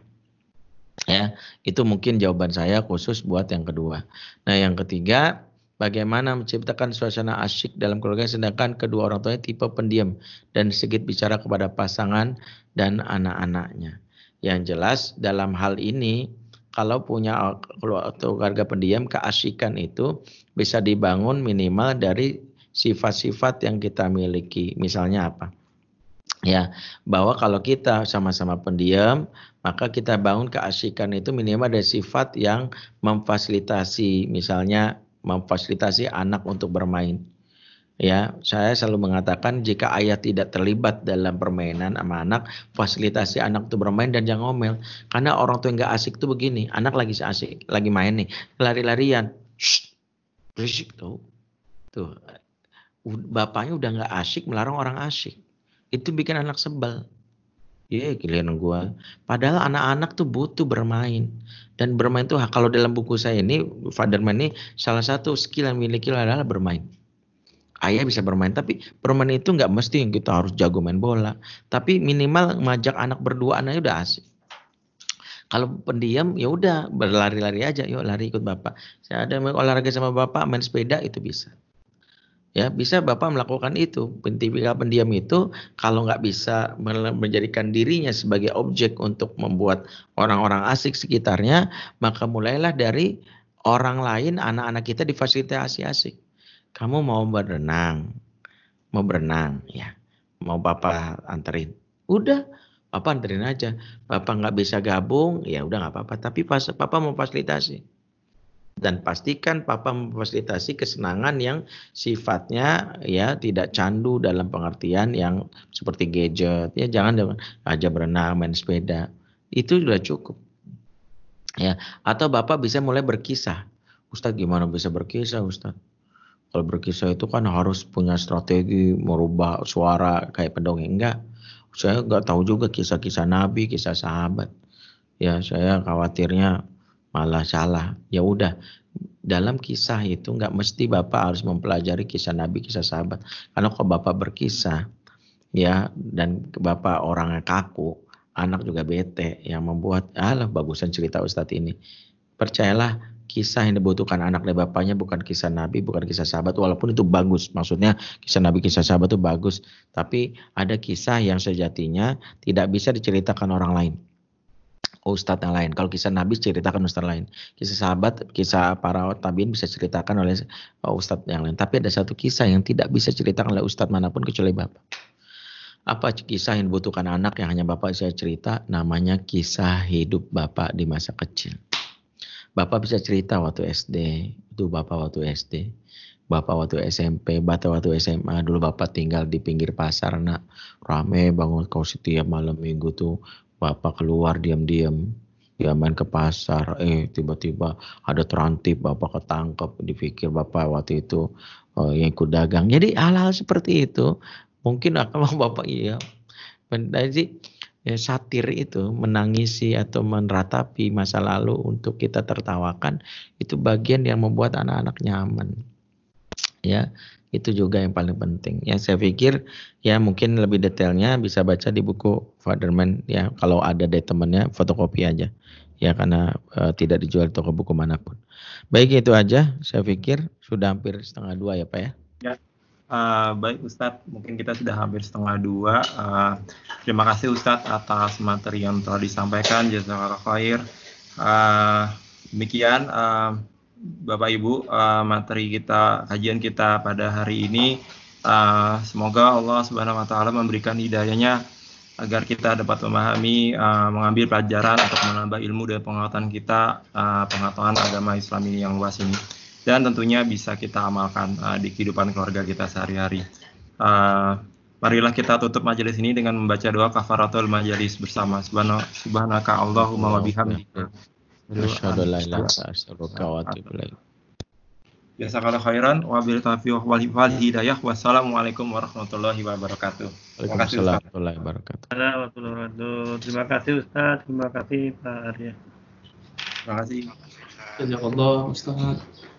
S2: Ya, itu mungkin jawaban saya khusus buat yang kedua. Nah, yang ketiga, bagaimana menciptakan suasana asyik dalam keluarga sedangkan kedua orang tuanya tipe pendiam dan sedikit bicara kepada pasangan dan anak-anaknya. Yang jelas dalam hal ini, kalau punya keluarga pendiam, keasyikan itu bisa dibangun minimal dari sifat-sifat yang kita miliki. Misalnya apa? Ya, bahwa kalau kita sama-sama pendiam, maka kita bangun keasyikan itu minimal dari sifat yang memfasilitasi, misalnya memfasilitasi anak untuk bermain. Ya, saya selalu mengatakan jika ayah tidak terlibat dalam permainan sama anak, fasilitasi anak itu bermain dan jangan ngomel. Karena orang tua yang nggak asik tuh begini, anak lagi asik, lagi main nih, lari-larian, shh, berisik tuh, tuh, bapaknya udah nggak asik melarang orang asik, itu bikin anak sebel. Ya, yeah, giliran gua. Padahal anak-anak tuh butuh bermain. Dan bermain tuh kalau dalam buku saya ini, Fatherman ini salah satu skill yang miliki adalah bermain. Ayah bisa bermain, tapi bermain itu nggak mesti yang kita harus jago main bola. Tapi minimal ngajak anak berdua, anaknya udah asik. Kalau pendiam, ya udah berlari-lari aja, yuk lari ikut bapak. Saya ada olahraga sama bapak, main sepeda itu bisa. Ya, bisa bapak melakukan itu. Tipikal pendiam itu kalau nggak bisa menjadikan dirinya sebagai objek untuk membuat orang-orang asik sekitarnya, maka mulailah dari orang lain, anak-anak kita difasilitasi asik. Kamu mau berenang, mau berenang, ya, mau papa anterin, udah, papa anterin aja. Papa nggak bisa gabung, ya udah nggak apa-apa. Tapi pas papa mau fasilitasi, dan pastikan papa memfasilitasi kesenangan yang sifatnya ya tidak candu dalam pengertian yang seperti gadget. Ya jangan aja berenang, main sepeda, itu sudah cukup. Ya, atau bapak bisa mulai berkisah. Ustadz gimana bisa berkisah, Ustadz? Kalau berkisah itu kan harus punya strategi merubah suara kayak pendongeng. Enggak, saya nggak tahu juga kisah-kisah Nabi, kisah sahabat. Ya saya khawatirnya malah salah. Ya udah, dalam kisah itu nggak mesti bapak harus mempelajari kisah Nabi, kisah sahabat. Karena kalau bapak berkisah, ya dan bapak orangnya kaku, anak juga bete, yang membuat alah bagusan cerita Ustadz ini. Percayalah. Kisah yang dibutuhkan anak dari bapaknya bukan kisah Nabi, bukan kisah sahabat, walaupun itu bagus. Maksudnya kisah Nabi, kisah sahabat itu bagus. Tapi ada kisah yang sejatinya tidak bisa diceritakan orang lain. Ustadz yang lain. Kalau kisah Nabi ceritakan ustadz lain. Kisah sahabat, kisah para tabiin bisa ceritakan oleh ustadz yang lain. Tapi ada satu kisah yang tidak bisa ceritakan oleh ustadz manapun kecuali bapak. Apa kisah yang dibutuhkan anak yang hanya bapak bisa cerita? Namanya kisah hidup bapak di masa kecil. Bapak bisa cerita waktu S D, itu bapak waktu S D, bapak waktu S M P, bapak waktu S M A, dulu bapak tinggal di pinggir pasar, nak rame banget kau setiap malam minggu tuh, bapak keluar diam-diam, dia main ke pasar, eh tiba-tiba ada terantip, bapak ketangkep, dipikir bapak waktu itu oh, yang ikut dagang. Jadi hal-hal seperti itu, mungkin akan bapak iya, jadi ya, satir itu menangisi atau meratapi masa lalu untuk kita tertawakan itu bagian yang membuat anak-anak nyaman. Ya, itu juga yang paling penting. Yang saya pikir ya mungkin lebih detailnya bisa baca di buku Fatherman ya, kalau ada dari temannya fotokopi aja. Ya karena uh, tidak dijual di toko buku manapun. Baik, itu aja. Saya pikir sudah hampir setengah dua ya Pak ya.
S1: Ya, uh, baik Ustadz, mungkin kita sudah hampir setengah dua. Uh, terima kasih Ustadz atas materi yang telah disampaikan. Jazakallah khair. Uh, demikian uh, Bapak Ibu, uh, materi kita, kajian kita pada hari ini. Uh, semoga Allah Subhanahu Wa Taala memberikan hidayahnya agar kita dapat memahami, uh, mengambil pelajaran untuk menambah ilmu dan pengetahuan kita, uh, pengetahuan agama Islam ini yang luas ini, dan tentunya bisa kita amalkan uh, di kehidupan keluarga kita sehari-hari. Uh, marilah kita tutup majelis ini dengan membaca doa kafaratul majelis bersama. Subhanaka Allahumma wa bihamdika.
S2: Asyhadu an la ilaha illa anta astaghfiruka wa atubu ilaik.
S1: Jazakallahu khairan wa bil taufiq wal hidayah. Wassalamualaikum warahmatullahi wabarakatuh. Terima kasih Ustaz.
S2: Warahmatullahi wabarakatuh.
S3: Terima kasih Ustaz, terima kasih Pak Arya.
S1: Terima kasih.
S5: Jazakallah Ustaz.